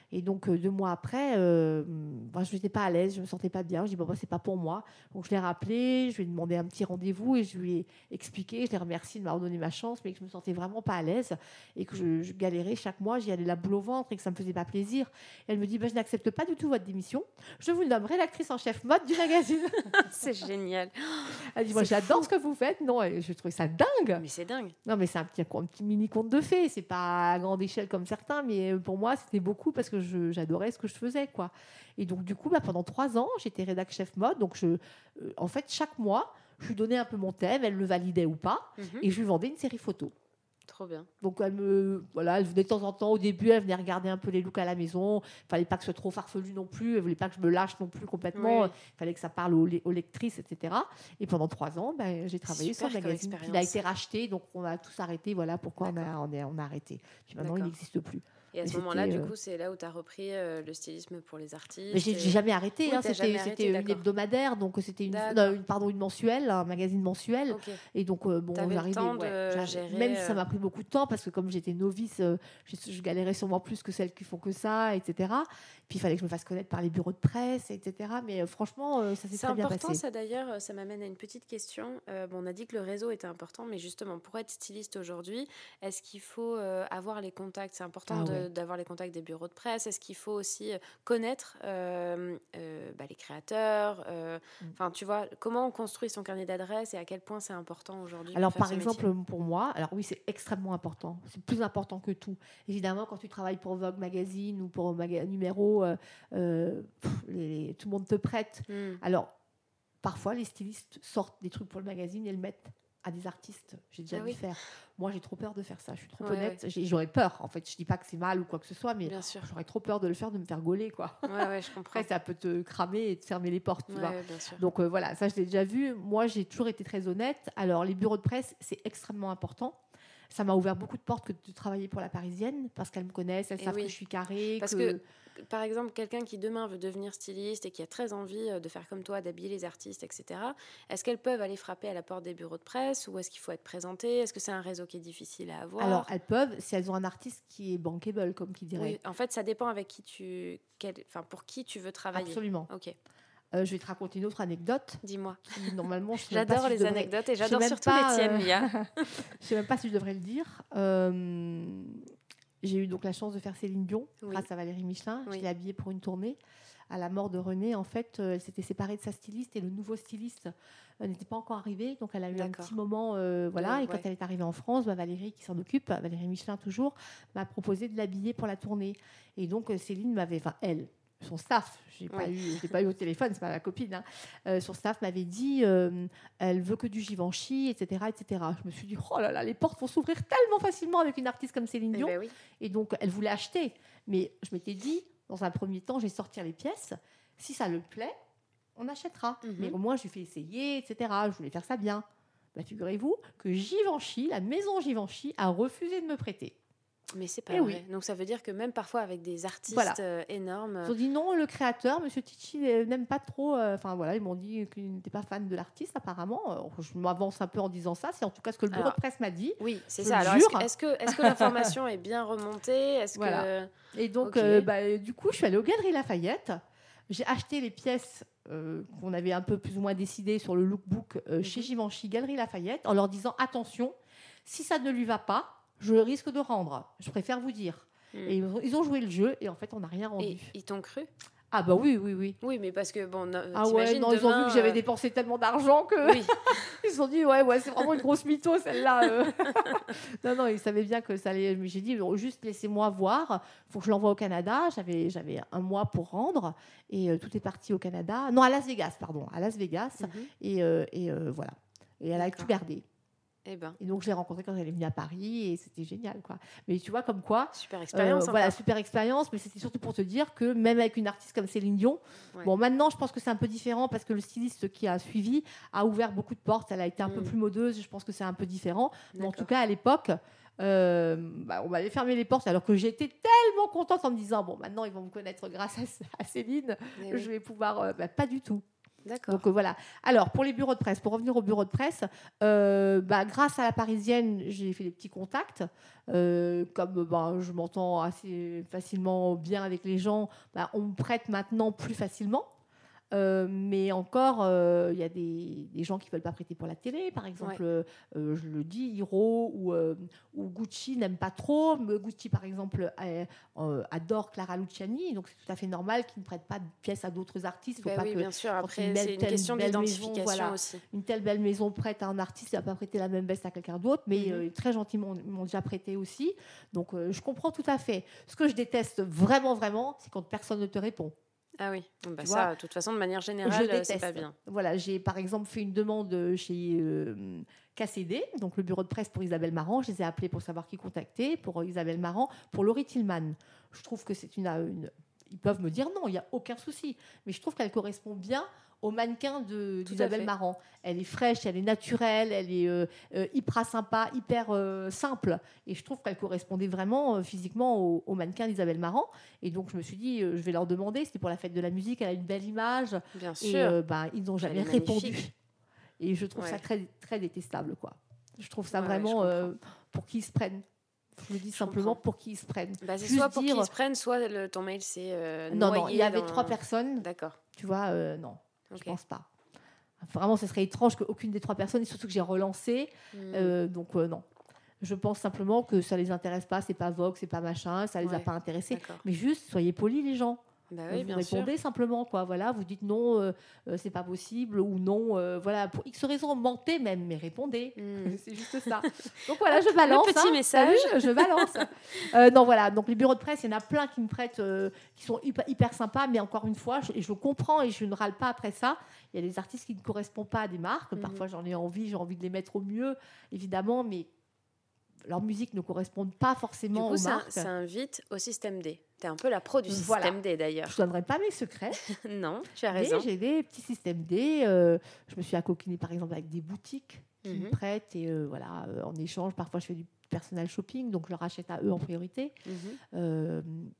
Et donc, euh, deux mois après, euh, bah, je n'étais pas à l'aise, je ne me sentais pas bien. Je dis, bon, bah, c'est pas pour moi. Donc, je l'ai rappelé, je lui ai demandé un petit rendez-vous et je lui ai expliqué, je l'ai remercié de m'avoir donné ma chance, mais que je ne me sentais vraiment pas à l'aise et que je, je galérais chaque mois, j'y allais la boule au ventre et que ça ne me faisait pas plaisir. Et elle me dit, bah, je n'accepte pas du tout votre démission. Je vous nomme rédactrice en chef mode du magazine. C'est génial. Elle dit, moi, C'est j'adore fou. ce que vous faites. Non, et je trouvais ça dingue. Mais c'est dingue. Non, mais c'est un petit, un petit mini conte de fées. C'est pas à grande échelle comme certains, mais pour moi, c'était beaucoup parce que je, j'adorais ce que je faisais, quoi. Et donc, du coup, bah, pendant trois ans, j'étais rédac chef mode. Donc, je, euh, en fait, chaque mois, je lui donnais un peu mon thème, elle le validait ou pas, Mhm. et je lui vendais une série photo. Trop bien. Donc, elle me, voilà, elle venait de temps en temps. Au début, elle venait regarder un peu les looks à la maison. Il fallait pas que ce soit trop farfelu non plus. Elle voulait pas que je me lâche non plus complètement. Oui. Il fallait que ça parle aux, aux lectrices, et cetera. Et pendant trois ans, ben, j'ai travaillé Super sur le comme magazine. Il a expérience. été racheté, donc on a tous arrêté. Voilà pourquoi on a, D'accord. on, a, on a arrêté. Puis maintenant, il D'accord. n'existe plus. Et à Mais ce moment-là, c'était, du euh, coup, c'est là où tu as repris euh, le stylisme pour les artistes. Mais j'ai, et- j'ai jamais arrêté. Oui, hein. t'as C'était, jamais arrêté, c'était une d'accord. hebdomadaire, donc c'était une, D'accord. non, une- pardon, une mensuelle, un magazine mensuel. Ok. Et donc, euh, bon, T'avais le j'arrivais, temps ouais, de j'arrivais- gérer, même si ça euh, m'a pris beaucoup de temps, parce que comme j'étais novice, euh, je, je galérais sûrement plus que celles qui font que ça, et cetera. Puis il fallait que je me fasse connaître par les bureaux de presse, et cetera. Mais euh, franchement, euh, ça s'est C'est très bien important, passé. ça d'ailleurs, ça m'amène à une petite question. Euh, bon, on a dit que le réseau était important, mais justement, pour être styliste aujourd'hui, est-ce qu'il faut euh, avoir les contacts? C'est important Ah de- ouais. d'avoir les contacts des bureaux de presse. Est-ce qu'il faut aussi euh, connaître euh, euh, bah, les créateurs? euh, Mm. Enfin, tu vois, comment on construit son carnet d'adresses et à quel point c'est important aujourd'hui Alors, pour faire par ce exemple, métier? pour moi, alors oui, c'est extrêmement important. C'est plus important que tout. Évidemment, quand tu travailles pour Vogue Magazine ou pour Maga- Numéro, euh, euh, pff, les- les- tout le monde te prête. Hmm. Alors, parfois, les stylistes sortent des trucs pour le magazine et le mettent à des artistes. J'ai déjà Ah vu oui. faire. Moi, j'ai trop peur de faire ça. Je suis trop Ouais, honnête. J'ai- J'aurais peur. En fait, je dis pas que c'est mal ou quoi que ce soit, mais Bien sûr. j'aurais trop peur de le faire, de me faire gauler, quoi. Ouais, ouais, je comprends. Après, ça peut te cramer et te fermer les portes, tu Ouais, vois. ouais, bien sûr. Donc euh, voilà, ça je l'ai déjà vu. Moi, j'ai toujours été très honnête. Alors, les bureaux de presse, c'est extrêmement important. Ça m'a ouvert beaucoup de portes que de travailler pour la Parisienne, parce qu'elles me connaissent, elles Et savent oui. que je suis carrée. Parce que, par exemple, quelqu'un qui demain veut devenir styliste et qui a très envie euh, de faire comme toi, d'habiller les artistes, et cetera, est-ce qu'elles peuvent aller frapper à la porte des bureaux de presse ou est-ce qu'il faut être présenté? Est-ce que c'est un réseau qui est difficile à avoir? Alors, elles peuvent, si elles ont un artiste qui est bankable, comme qui dirait. Oui, en fait, ça dépend avec qui tu, quel, enfin, pour qui tu veux travailler. Absolument. Ok, Euh, je vais te raconter une autre anecdote. dis-moi. Qui, normalement, je sais même pas J'adore si je les devrais- anecdotes et je sais j'adore même surtout pas, les tiennes, euh, Mia. Je sais même pas si je devrais le dire. Euh, J'ai eu donc la chance de faire Céline Dion Oui. grâce à Valérie Michelin. Oui. Je l'ai habillée pour une tournée. À la mort de René, en fait, euh, elle s'était séparée de sa styliste et le nouveau styliste euh, n'était pas encore arrivé. Donc, elle a eu un D'accord. petit moment. euh, voilà. De- et quand ouais. elle est arrivée en France, bah, Valérie, qui s'en occupe, Valérie Michelin toujours, m'a proposé de l'habiller pour la tournée. Et donc, euh, Céline m'avait. Enfin, elle. Son staff, je n'ai pas, Oui. eu- je l'ai pas eu au téléphone, c'est pas ma copine. Hein. Euh, son staff m'avait dit, euh, elle veut que du Givenchy, et cetera, et cetera. Je me suis dit, oh là là, les portes vont s'ouvrir tellement facilement avec une artiste comme Céline Eh Dion. ben oui. Et donc, elle voulait acheter. Mais je m'étais dit, dans un premier temps, je vais sortir les pièces. Si ça le plaît, on achètera. Mhm. Mais au moins, je lui fais essayer, et cetera. Je voulais faire ça bien. Bah, figurez-vous que Givenchy, la maison Givenchy, a refusé de me prêter. Mais c'est pas Eh vrai. oui. Donc ça veut dire que même parfois avec des artistes Voilà. euh, énormes. Ils ont dit non, le créateur, Monsieur Ticci, euh, n'aime pas trop. euh, Enfin voilà, ils m'ont dit qu'ils n'étaient pas fan de l'artiste apparemment. Alors, je m'avance un peu en disant ça. C'est en tout cas ce que le bureau Alors, de presse m'a dit. Oui, c'est Je ça. le Alors est-ce jure. que, est-ce que, est-ce que l'information est bien remontée? Est-ce Voilà. que Et donc, Ok. euh, bah, du coup, je suis allée aux Galeries Lafayette. J'ai acheté les pièces euh, qu'on avait un peu plus ou moins décidées sur le lookbook euh, chez Mhm. Givenchy, Galeries Lafayette, en leur disant attention, si ça ne lui va pas, je risque de rendre. Je préfère vous dire. Hmm. Et ils ont, ils ont joué le jeu et en fait, on n'a rien rendu. Et ils t'ont cru? Ah bah oui, oui, oui. Oui, mais parce que bon, no- Ah ouais, t'imagines non, ils ont vu demain, que j'avais euh, dépensé tellement d'argent que Oui, ils se sont dit ouais, ouais, c'est vraiment une grosse mytho celle-là. euh. non, non, ils savaient bien que ça allait. Mais j'ai dit bon, juste laissez-moi voir. Faut que je l'envoie au Canada. J'avais, j'avais un mois pour rendre et euh, tout est parti au Canada. Non, à Las Vegas, pardon, à Las Vegas. Mhm. Et, euh, et euh, voilà. Et elle a D'accord. tout gardé. Eh ben, Et donc je l'ai rencontrée quand elle est venue à Paris et c'était génial, quoi. Mais tu vois comme quoi. super Euh, expérience. voilà, encore. super expérience, mais c'était surtout pour te dire que même avec une artiste comme Céline Dion, Ouais. bon, maintenant je pense que c'est un peu différent parce que le styliste qui a suivi a ouvert beaucoup de portes, elle a été un peu Mm. plus modeuse, je pense que c'est un peu différent. Mais en D'accord. tout cas, à l'époque, euh, bah, on m'avait fermé les portes alors que j'étais tellement contente en me disant bon, maintenant ils vont me connaître grâce à, à Céline, Eh oui. je vais pouvoir. euh, bah, pas du tout. D'accord. Donc euh, voilà. Alors pour les bureaux de presse, pour revenir au bureau de presse, euh, bah, grâce à la Parisienne, j'ai fait des petits contacts. Euh, comme bah, je m'entends assez facilement bien avec les gens, bah, on me prête maintenant plus facilement. Euh, mais encore, il euh, y a des, des gens qui ne veulent pas prêter pour la télé. Par exemple, ouais. euh, je le dis, Hiro ou, euh, ou Gucci n'aiment pas trop. Gucci, par exemple, euh, euh, adore Clara Luciani. Donc, c'est tout à fait normal qu'ils ne prêtent pas de pièces à d'autres artistes. Bah faut oui, pas que, bien sûr. Après, une c'est une question d'identification maison, voilà, aussi. Une telle belle maison prête à un artiste, il ne va pas prêter la même veste à quelqu'un d'autre. Mais mm-hmm. euh, très gentiment, ils m'ont déjà prêté aussi. Donc, euh, je comprends tout à fait. Ce que je déteste vraiment, vraiment, c'est quand personne ne te répond. Ah oui, bah ça, de toute façon, de manière générale, c'est pas bien. Voilà, j'ai par exemple fait une demande chez euh, K C D, donc le bureau de presse pour Isabelle Marant. Je les ai appelés pour savoir qui contacter, pour Isabelle Marant, pour Laurie Tillman. Je trouve que c'est une, une... Ils peuvent me dire non, il n'y a aucun souci. Mais je trouve qu'elle correspond bien au mannequin de, d'Isabelle Marant. Elle est fraîche, elle est naturelle, elle est euh, euh, hyper sympa, hyper euh, simple. Et je trouve qu'elle correspondait vraiment euh, physiquement au, au mannequin d'Isabelle Marant. Et donc, je me suis dit, euh, je vais leur demander. C'était pour la fête de la musique, elle a une belle image. Bien et sûr. Euh, bah, ils n'ont jamais répondu. Et je trouve ouais. ça très, très détestable, quoi. Je trouve ça ouais, vraiment ouais, euh, pour qu'ils se prennent. Je le dis je simplement comprends. Pour qu'ils se prennent. Bah, c'est Juste soit pour dire... qu'ils se prennent, soit le, ton mail, c'est euh, Non, noyé non, il y avait dans... trois personnes. D'accord. Tu vois, euh, non. Okay. Je pense pas. Vraiment, ce serait étrange qu'aucune des trois personnes, et surtout que j'ai relancé. Mmh. Euh, donc, euh, non. Je pense simplement que ça ne les intéresse pas. C'est pas Vogue, c'est pas machin. Ça ne les ouais. a pas intéressés. D'accord. Mais juste, soyez polis, les gens. Bah oui, vous bien répondez sûr. simplement, quoi. Voilà, vous dites non, euh, euh, c'est pas possible, ou non, euh, voilà, pour X raisons, mentez même, mais répondez. Mmh. C'est juste ça. Donc voilà, je balance. Le petit hein, message. Vu, je balance. euh, non, voilà. Donc les bureaux de presse, il y en a plein qui me prêtent, euh, qui sont hyper, hyper sympas, mais encore une fois, je, et je comprends et je ne râle pas après ça. Il y a des artistes qui ne correspondent pas à des marques. Mmh. Parfois, j'en ai envie, j'ai envie de les mettre au mieux, évidemment, mais leur musique ne correspond pas forcément du coup, aux marques. Ça, ça invite au système D. Tu es un peu la pro du voilà. système D, d'ailleurs. Je ne donnerai pas mes secrets. Non, tu as raison. Mais j'ai des petits systèmes D. Euh, je me suis accoquinée, par exemple, avec des boutiques qui mm-hmm. me prêtent. Et euh, voilà, euh, en échange, parfois, je fais du personal shopping. Donc, je leur achète à eux en priorité. Mm-hmm. Euh,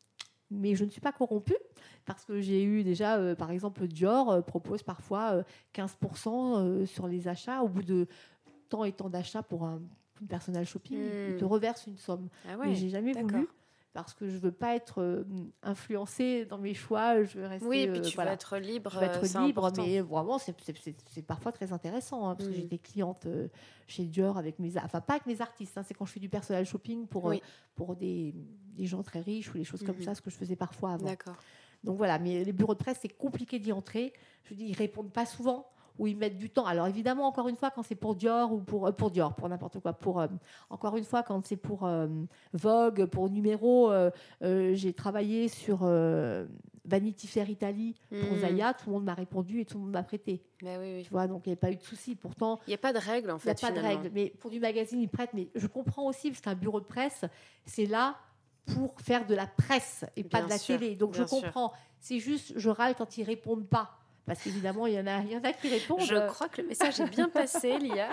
mais je ne suis pas corrompue parce que j'ai eu déjà, euh, par exemple, Dior euh, propose parfois euh, quinze pour cent euh, sur les achats au bout de tant et tant d'achats pour un une personal shopping, mm. il te reverse une somme. Ah ouais, mais j'ai jamais d'accord. voulu parce que je veux pas être euh, influencée dans mes choix. Je veux rester. Oui, et puis euh, tu voilà. veux être libre. Je veux être c'est libre, important. mais vraiment, c'est, c'est, c'est, c'est parfois très intéressant hein, parce mm. que j'étais cliente euh, chez Dior avec mes, enfin pas avec mes artistes. Hein, c'est quand je fais du personal shopping pour oui. euh, pour des, des gens très riches ou des choses mm. comme ça, ce que je faisais parfois avant. D'accord. Donc voilà, mais les bureaux de presse, c'est compliqué d'y entrer. Je dis, ils répondent pas souvent. Où ils mettent du temps. Alors évidemment, encore une fois, quand c'est pour Dior ou pour, euh, pour Dior, pour n'importe quoi, pour, euh, encore une fois, quand c'est pour euh, Vogue, pour Numéro, euh, euh, j'ai travaillé sur euh, Vanity Fair Italie pour mmh. Zaya, tout le monde m'a répondu et tout le monde m'a prêté. Mais oui, oui. Tu vois, donc il n'y a pas eu de souci. Pourtant, il n'y a pas de règles en fait. Il n'y a pas finalement. de règles, mais pour du magazine, ils prêtent. Mais je comprends aussi, parce qu'un bureau de presse, c'est là pour faire de la presse et pas bien de la sûr, télé. Donc je comprends. Sûr. C'est juste, je râle quand ils ne répondent pas. Parce qu'évidemment, il y en a, il y en a qui répondent. Je crois que le message est bien passé, Lia.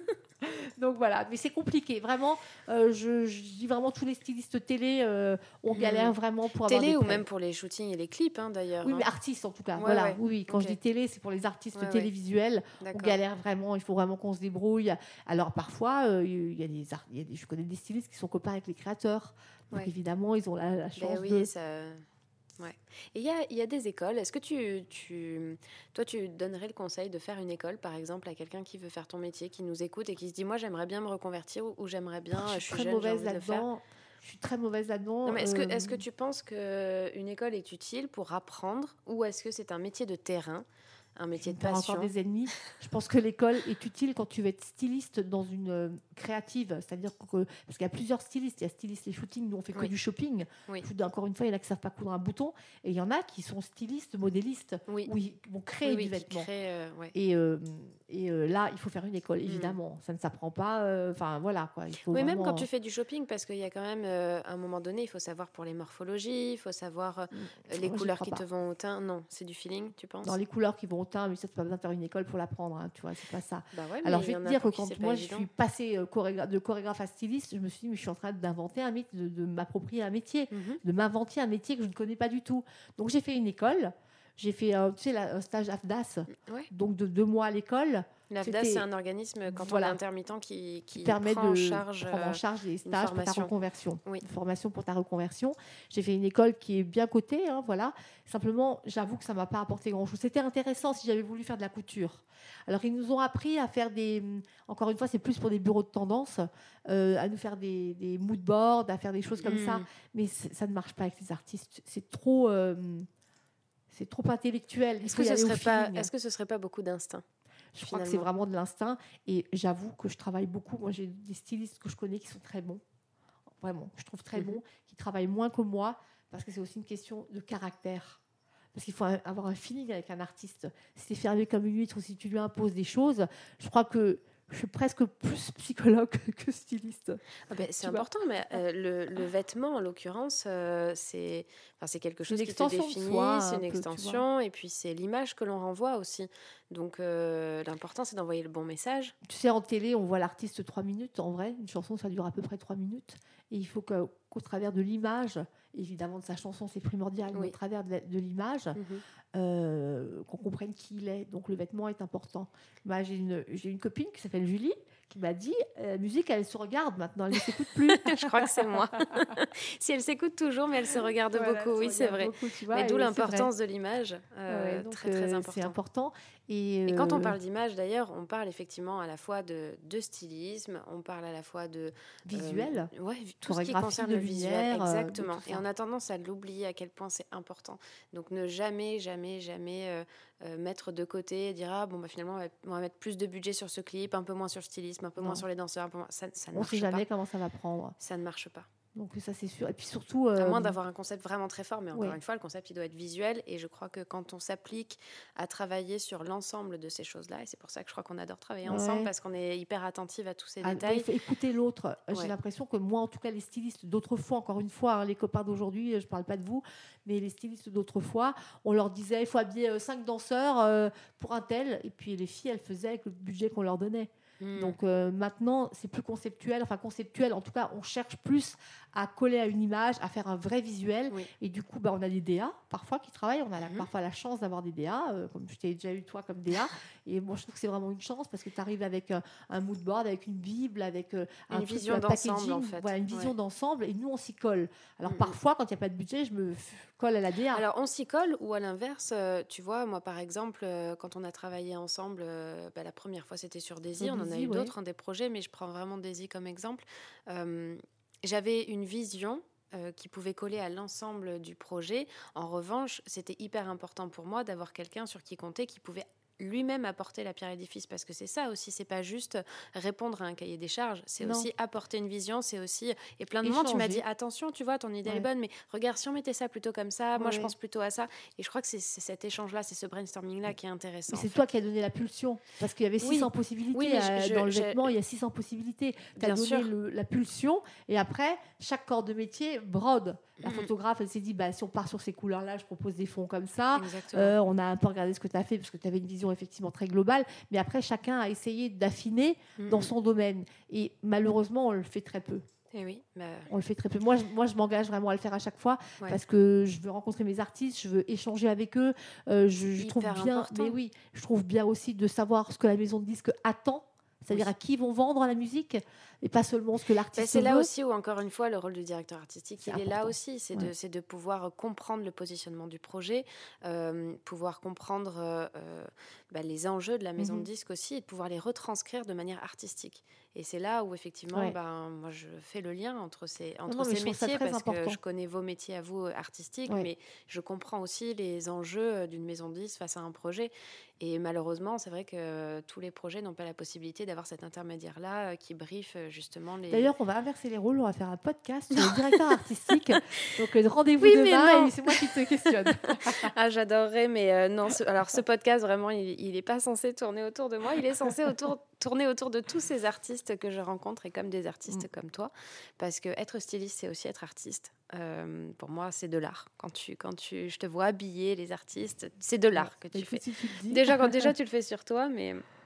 Donc voilà, mais c'est compliqué. Vraiment, euh, je, je dis vraiment tous les stylistes télé, euh, on galère mmh. vraiment pour télé avoir des ou prêts. même pour les shootings et les clips, hein, d'ailleurs. Oui, hein. mais artistes en tout cas. Ouais, voilà. ouais. Oui, quand okay. je dis télé, c'est pour les artistes ouais, télévisuels. Ouais. On galère vraiment. Il faut vraiment qu'on se débrouille. Alors parfois, euh, il y a des, il y a des, je connais des stylistes qui sont copains avec les créateurs. Donc ouais. évidemment, ils ont la, la chance ben oui, de. Ça... Ouais. Et il y a, y a des écoles. Est-ce que tu, tu, toi, tu donnerais le conseil de faire une école, par exemple, à quelqu'un qui veut faire ton métier, qui nous écoute et qui se dit, moi, j'aimerais bien me reconvertir ou, ou j'aimerais bien, je suis, je suis très jeune, mauvaise j'ai envie de le faire. Je suis très mauvaise là-dedans. Non, mais est-ce, euh... que, est-ce que tu penses qu'une école est utile pour apprendre ou est-ce que c'est un métier de terrain, un métier je de passion? Encore des ennemis. Je pense que l'école est utile quand tu veux être styliste dans une euh, créative, c'est-à-dire que parce qu'il y a plusieurs stylistes. Il y a stylistes et shooting, nous on fait que oui. du shopping. Oui. Encore une fois, il y en a qui savent pas coudre un bouton, et il y en a qui sont stylistes, modélistes, oui. où ils vont créer oui, du oui, vêtement. Crée, euh, ouais. Et, euh, et euh, là, il faut faire une école, évidemment. Mm. Ça ne s'apprend pas. Enfin euh, voilà quoi. Il faut oui, vraiment... même quand tu fais du shopping, parce qu'il y a quand même, euh, à un moment donné, il faut savoir pour les morphologies, il faut savoir euh, mm. les Moi, couleurs qui pas. te vont au teint. Non, c'est du feeling, tu penses? Dans les couleurs qui vont au teint, mais ça, tu pas besoin de faire une école pour l'apprendre, hein, tu vois, c'est pas ça. Bah ouais, alors, je vais te dire que quand moi, je suis passée euh, chorégra- de chorégraphe à styliste, je me suis dit, mais je suis en train d'inventer un métier, de, de m'approprier un métier, mm-hmm. de m'inventer un métier que je ne connais pas du tout. Donc, j'ai fait une école. J'ai fait euh, tu sais, la, un stage A F D A S, Ouais. donc de deux mois à l'école. L'A F D A S, c'est un organisme, quand voilà, on est intermittent, qui, qui, qui permet prend, de en charge, prendre en charge les stages pour ta reconversion. Oui. Une formation pour ta reconversion. J'ai fait une école qui est bien cotée, hein, voilà. Simplement, j'avoue que ça ne m'a pas apporté grand-chose. C'était intéressant si j'avais voulu faire de la couture. Alors, ils nous ont appris à faire des... Encore une fois, c'est plus pour des bureaux de tendance, euh, à nous faire des, des mood boards, à faire des choses comme mmh. ça. Mais ça ne marche pas avec les artistes. C'est trop... Euh, c'est trop intellectuel. Est-ce que, ce serait pas, est-ce que ce serait pas beaucoup d'instinct ? Je crois que c'est vraiment de l'instinct. Et j'avoue que je travaille beaucoup. Moi, j'ai des stylistes que je connais qui sont très bons. Vraiment, je trouve très mmh. bons, qui travaillent moins que moi, parce que c'est aussi une question de caractère. Parce qu'il faut avoir un feeling avec un artiste. Si tu es fermé comme une huître ou si tu lui imposes des choses, je crois que je suis presque plus psychologue que styliste. Ah ben, c'est tu important, vois mais euh, le, le vêtement, en l'occurrence, euh, c'est, enfin, c'est quelque chose qui te définit, soi, c'est une peu, extension, et puis c'est l'image que l'on renvoie aussi. Donc euh, l'important, c'est d'envoyer le bon message. Tu sais, en télé, on voit l'artiste trois minutes. En vrai, une chanson, ça dure à peu près trois minutes. Et il faut que, qu'au travers de l'image, évidemment de sa chanson, c'est primordial, oui. mais au travers de, la, de l'image, mm-hmm. euh, qu'on comprenne qui il est. Donc le vêtement est important. Bah, j'ai, une, j'ai une copine qui s'appelle Julie, qui m'a dit euh, la musique, elle se regarde maintenant, elle ne s'écoute plus. Je crois que c'est moi. Si elle s'écoute toujours, mais elle se regarde voilà, beaucoup, oui, c'est vrai. Beaucoup, vois, mais d'où l'importance de l'image, euh, ouais, donc, très très important. C'est important. Et, et quand on parle d'image, d'ailleurs, on parle effectivement à la fois de, de stylisme, on parle à la fois de visuel, euh, ouais, tout ce qui concerne le visuel, exactement. Et on a tendance à l'oublier à quel point c'est important. Donc ne jamais, jamais, jamais euh, euh, mettre de côté et dire ah bon bah finalement on va, on va mettre plus de budget sur ce clip, un peu moins sur le stylisme, un peu non. moins sur les danseurs, un peu moins. Ça, ça ne on marche sait jamais pas. Comment ça va prendre. Ça ne marche pas. Donc ça c'est sûr. Et puis surtout, euh... à moins d'avoir un concept vraiment très fort, mais encore ouais. une fois, le concept il doit être visuel. Et je crois que quand on s'applique à travailler sur l'ensemble de ces choses-là, et c'est pour ça que je crois qu'on adore travailler ouais. ensemble parce qu'on est hyper attentif à tous ces ah, détails. Il faut écouter l'autre. Ouais. J'ai l'impression que moi, en tout cas, les stylistes d'autrefois, encore une fois, hein, les copains d'aujourd'hui, je parle pas de vous, mais les stylistes d'autrefois, on leur disait il faut habiller cinq danseurs euh, pour un tel, et puis les filles, elles faisaient avec le budget qu'on leur donnait. Mmh. Donc euh, maintenant, c'est plus conceptuel, enfin conceptuel, en tout cas, on cherche plus à coller à une image, à faire un vrai visuel. Oui. Et du coup, bah, on a des D A parfois qui travaillent, on a la, mmh. parfois la chance d'avoir des D A, euh, comme je t'ai déjà eu toi comme D A. Et moi, je trouve que c'est vraiment une chance parce que tu arrives avec un, un mood board, avec une bible, avec euh, un une truc, vision un d'ensemble, packaging, en fait. Voilà, une vision ouais. d'ensemble, et nous, on s'y colle. Alors mmh. parfois, quand il n'y a pas de budget, je me colle à la D A. Alors, on s'y colle, ou à l'inverse, euh, tu vois, moi, par exemple, euh, quand on a travaillé ensemble, euh, bah, la première fois, c'était sur Daisy, on en a eu ouais. d'autres, hein, des projets, mais je prends vraiment Daisy comme exemple. Euh, j'avais une vision euh, qui pouvait coller à l'ensemble du projet. En revanche, c'était hyper important pour moi d'avoir quelqu'un sur qui compter, qui pouvait lui-même apporter la pierre à l'édifice, parce que c'est ça aussi, c'est pas juste répondre à un cahier des charges, c'est non. aussi apporter une vision, c'est aussi, et plein de moments tu m'as dit attention, tu vois, ton idée ouais. est bonne, mais regarde, si on mettait ça plutôt comme ça, ouais. moi je pense plutôt à ça, et je crois que c'est, c'est cet échange-là, c'est ce brainstorming-là qui est intéressant. Mais c'est toi fait. qui as donné la pulsion, parce qu'il y avait six cents oui. possibilités oui, euh, je, dans le je, vêtement, je... il y a six cents possibilités, tu as donné le, la pulsion, et après, chaque corps de métier brode. La mmh. photographe, elle s'est dit, bah, si on part sur ces couleurs-là, je propose des fonds comme ça. Euh, on a un peu regardé ce que tu as fait, parce que tu avais une vision effectivement très globale. Mais après, chacun a essayé d'affiner mmh. dans son domaine. Et malheureusement, on le fait très peu. Et oui, bah... On le fait très peu. Moi je, moi, je m'engage vraiment à le faire à chaque fois, ouais. parce que je veux rencontrer mes artistes, je veux échanger avec eux. Euh, je, je trouve bien, important. mais oui, je trouve bien aussi de savoir ce que la maison de disques attend. C'est-à-dire oui. à qui ils vont vendre la musique, et pas seulement ce que l'artiste ben, c'est veut. C'est là aussi où, encore une fois, le rôle du directeur artistique, c'est il important. Est là aussi. C'est, ouais. de, c'est de pouvoir comprendre le positionnement du projet, euh, pouvoir comprendre euh, ben, les enjeux de la maison mm-hmm. de disques aussi, et de pouvoir les retranscrire de manière artistique. Et c'est là où, effectivement, ouais. ben, moi, je fais le lien entre ces, entre non, non, ces métiers, parce important. Que je connais vos métiers à vous artistiques, ouais. mais je comprends aussi les enjeux d'une maison de disques face à un projet. Et malheureusement, c'est vrai que tous les projets n'ont pas la possibilité d'avoir cet intermédiaire-là qui briefe justement les... D'ailleurs, on va inverser les rôles, on va faire un podcast sur le directeur artistique. Donc, euh, rendez-vous oui, demain et c'est moi qui te questionne. Ah, j'adorerais, mais euh, non. Ce, alors, ce podcast, vraiment, il n'est pas censé tourner autour de moi. Il est censé autour, tourner autour de tous ces artistes que je rencontre, et comme des artistes mmh. comme toi. Parce que être styliste, c'est aussi être artiste. Euh, pour moi, c'est de l'art. Quand tu, quand tu, je te vois habiller les artistes, c'est de l'art que tu fais. Si tu déjà, quand déjà tu le fais sur toi, mais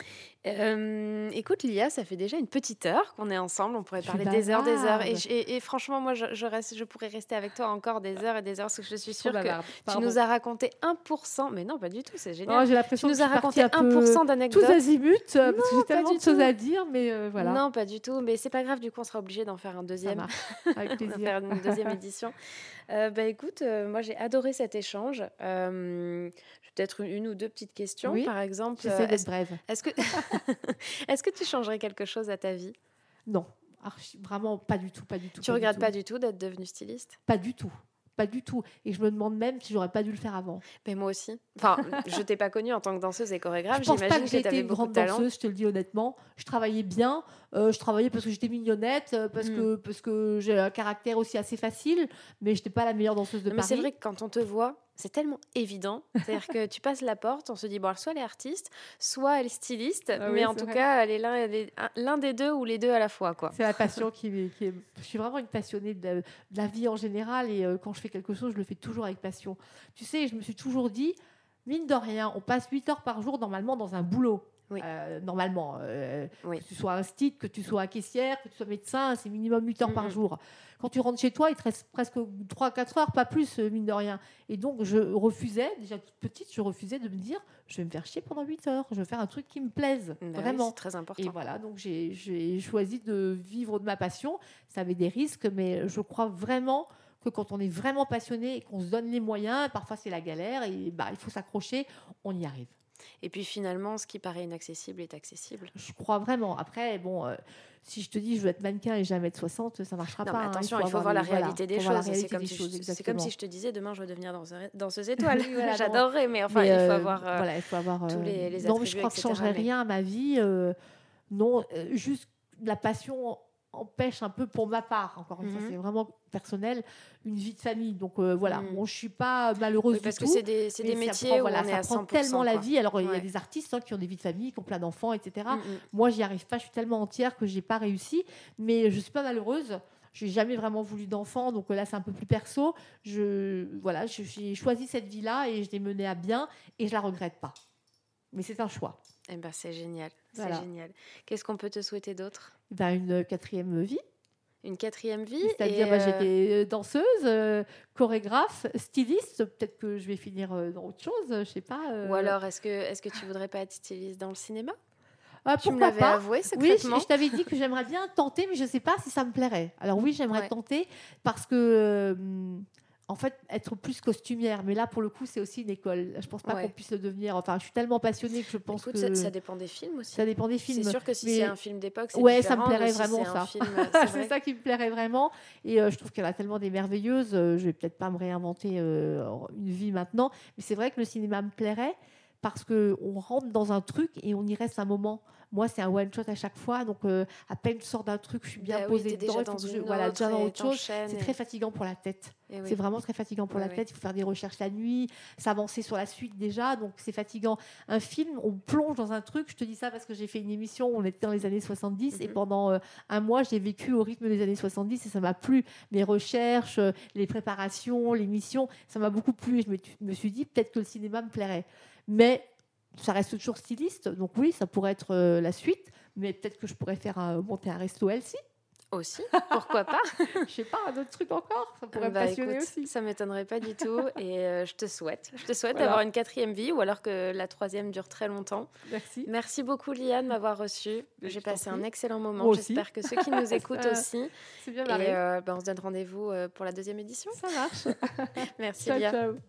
Euh, écoute Lia, ça fait déjà une petite heure qu'on est ensemble, on pourrait Je parler suis des heures, des heures. bavarde. Et, je- et- et franchement, moi, je, je, reste, je pourrais rester avec toi encore des heures et des heures, parce que je suis Trop sûre que bavarde, tu pardon. nous as raconté un pour cent, mais non, pas du tout, c'est Non, génial. j'ai Tu l'impression que nous je as suis partie raconté un un pour cent peu d'anecdotes. tous azimuts, euh, parce que j'ai pas tellement du de choses tout. à dire, mais euh, voilà. Non, pas du tout, mais c'est pas grave, du coup, on sera obligé d'en faire un Ça deuxième. marche, avec On va plaisir. faire une deuxième édition. Euh, bah écoute, euh, moi j'ai adoré cet échange. Euh, j'ai peut-être une, une ou deux petites questions, Oui, par exemple. j'essaie euh, d'être est-ce, brève. est-ce que est-ce que tu changerais quelque chose à ta vie? Non, archi- vraiment pas du tout, pas du tout. Tu pas du regrettes tout. pas du tout d'être devenue styliste? Pas du tout. Pas du tout. Et je me demande même si j'aurais pas dû le faire avant. Mais moi aussi. Enfin, je t'ai pas connue en tant que danseuse et chorégraphe. Je pense pas J'imagine que que j'ai tu été avais une beaucoup de grande talent. danseuse, je te le dis honnêtement. Je travaillais bien, euh, je travaillais parce que j'étais mignonnette, euh, parce Mm. que, parce que j'ai un caractère aussi assez facile, mais je n'étais pas la meilleure danseuse de Non, mais Paris. c'est vrai que quand on te voit, c'est tellement évident. C'est-à-dire que tu passes la porte, on se dit, bon, alors, soit elle est artiste, soit elle est styliste, Ah mais oui, en c'est tout vrai. cas, elle est l'un, elle est un- l'un des deux ou les deux à la fois, quoi. C'est la passion qui, est- qui est... Je suis vraiment une passionnée de la, de la vie en général et euh, quand je fais quelque chose, je le fais toujours avec passion. Tu sais, je me suis toujours dit, mine de rien, on passe huit heures par jour normalement dans un boulot. Oui. Euh, normalement, euh, Oui. que tu sois un stit, que tu sois caissière, que tu sois médecin, c'est minimum huit heures Mm, par mm. jour. Quand tu rentres chez toi, il te reste presque trois à quatre heures, pas plus, euh, mine de rien. Et donc, je refusais, déjà toute petite, je refusais de me dire, je vais me faire chier pendant huit heures, je vais faire un truc qui me plaise, Bah oui, vraiment. c'est très important. Et voilà, donc j'ai, j'ai choisi de vivre de ma passion. Ça avait des risques, mais je crois vraiment que quand on est vraiment passionné et qu'on se donne les moyens, parfois c'est la galère et bah, il faut s'accrocher, on y arrive. Et puis finalement, ce qui paraît inaccessible est accessible. Je crois vraiment. Après, bon, euh, si je te dis je veux être mannequin et j'ai un mètre soixante, ça ne marchera Non, pas. mais hein. attention, il faut, avoir voir la les- voilà, réalité des faut voir la choses. C'est réalité comme, des si choses, je, c'est exactement. comme si je te disais demain, je veux devenir danseuse, danseuse étoile. Oui, voilà, non. J'adorerais, mais enfin, Mais, il faut euh, avoir. euh, voilà, il faut avoir. tous euh, les- les non, mais je attributs, crois que je et cetera, changerais mais- rien à ma vie. euh, non, euh, juste la passion empêche un peu pour ma part. Encore une fois, Mhm. c'est vraiment personnel, une vie de famille. Donc euh, voilà, Mhm. bon, je suis pas malheureuse Oui, du parce que tout. c'est des, c'est mais des ça métiers prend, où voilà, on est ça à prend cent pour cent. tellement la quoi. vie. Alors il y a Ouais. des artistes hein, qui ont des vies de famille, qui ont plein d'enfants, et cetera. Mm, mm. Moi, j'y arrive pas. Je suis tellement entière que j'ai pas réussi. Mais je suis pas malheureuse. Je n'ai jamais vraiment voulu d'enfant, donc là c'est un peu plus perso. Je, voilà, je- j'ai choisi cette vie-là et je l'ai menée à bien et je la regrette pas. Mais c'est un choix. Eh ben, c'est génial. C'est Voilà. génial. Qu'est-ce qu'on peut te souhaiter d'autre? Ben, une quatrième vie, Une quatrième vie? c'est-à-dire et, ben, euh, j'étais danseuse, euh, chorégraphe, styliste. Peut-être que je vais finir euh, dans autre chose, je sais pas. euh. Ou alors, est-ce que, est-ce que tu voudrais pas être styliste dans le cinéma? Ah, Tu me pourquoi l'avais pas. avoué Oui, secrètement. je, je t'avais dit que j'aimerais bien tenter, mais je ne sais pas si ça me plairait. Alors oui, j'aimerais Ouais. tenter parce que, euh, en fait, être plus costumière. Mais là, pour le coup, c'est aussi une école. Je pense pas Ouais. qu'on puisse le devenir. Enfin, je suis tellement passionnée que je pense Écoute, que ça, ça dépend des films aussi. ça dépend des films. C'est sûr que si Mais- c'est un film d'époque, c'est Ouais, ça me différent. plairait de si vraiment, c'est un ça. film, euh, c'est C'est vrai. ça qui me plairait vraiment. Et euh, je trouve qu'il y en a tellement des merveilleuses. Euh, je vais peut-être pas me réinventer euh, une vie maintenant. Mais c'est vrai que le cinéma me plairait parce qu'on rentre dans un truc et on y reste un moment. Moi, c'est un one-shot à chaque fois. Donc, euh, à peine je sors d'un truc, je suis bien Bah oui, posée t'es dedans. déjà il faut dans que je- une voilà, autre déjà dans et autre chose. t'enchaînes C'est et- très fatigant pour la tête. Eh oui. C'est vraiment très fatigant pour Ouais, la ouais. tête. Il faut faire des recherches la nuit, s'avancer sur la suite déjà. Donc, c'est fatigant. Un film, on plonge dans un truc. Je te dis ça parce que j'ai fait une émission. On était dans les années soixante-dix. Et Mhm. pendant euh, un mois, j'ai vécu au rythme des années soixante-dix. Et ça m'a plu. Mes recherches, euh, les préparations, l'émission, ça m'a beaucoup plu. Et je me, me suis dit, peut-être que le cinéma me plairait. Mais ça reste toujours styliste. Donc, oui, ça pourrait être euh, la suite. Mais peut-être que je pourrais faire un, monter un resto Elsie. Aussi, pourquoi pas? Je sais pas, un autre truc encore. Ça pourrait Bah, me passionner écoute, aussi. ça m'étonnerait pas du tout. Et euh, je te souhaite. Je te souhaite Voilà. d'avoir une quatrième vie ou alors que la troisième dure très longtemps. Merci. Merci beaucoup, Lia, de m'avoir reçue. Mais J'ai je t'en passé un prie. excellent moment. Moi aussi. J'espère que ceux qui nous écoutent Ça- aussi. C'est bien Et marré. euh, bah, on se donne rendez-vous euh, pour la deuxième édition. Ça marche. Merci, Ciao, Lia. ciao.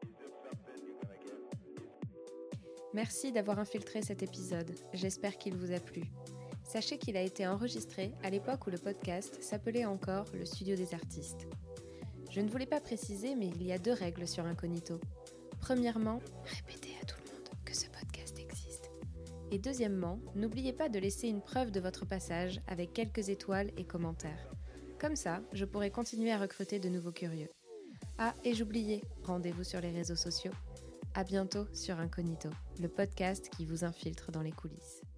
Merci d'avoir infiltré cet épisode. J'espère qu'il vous a plu. Sachez qu'il a été enregistré à l'époque où le podcast s'appelait encore le Studio des artistes. Je ne voulais pas préciser, mais il y a deux règles sur Incognito. Premièrement, répétez à tout le monde que ce podcast existe. Et deuxièmement, n'oubliez pas de laisser une preuve de votre passage avec quelques étoiles et commentaires. Comme ça, je pourrai continuer à recruter de nouveaux curieux. Ah, et j'oubliais, rendez-vous sur les réseaux sociaux. À bientôt sur Incognito, le podcast qui vous infiltre dans les coulisses.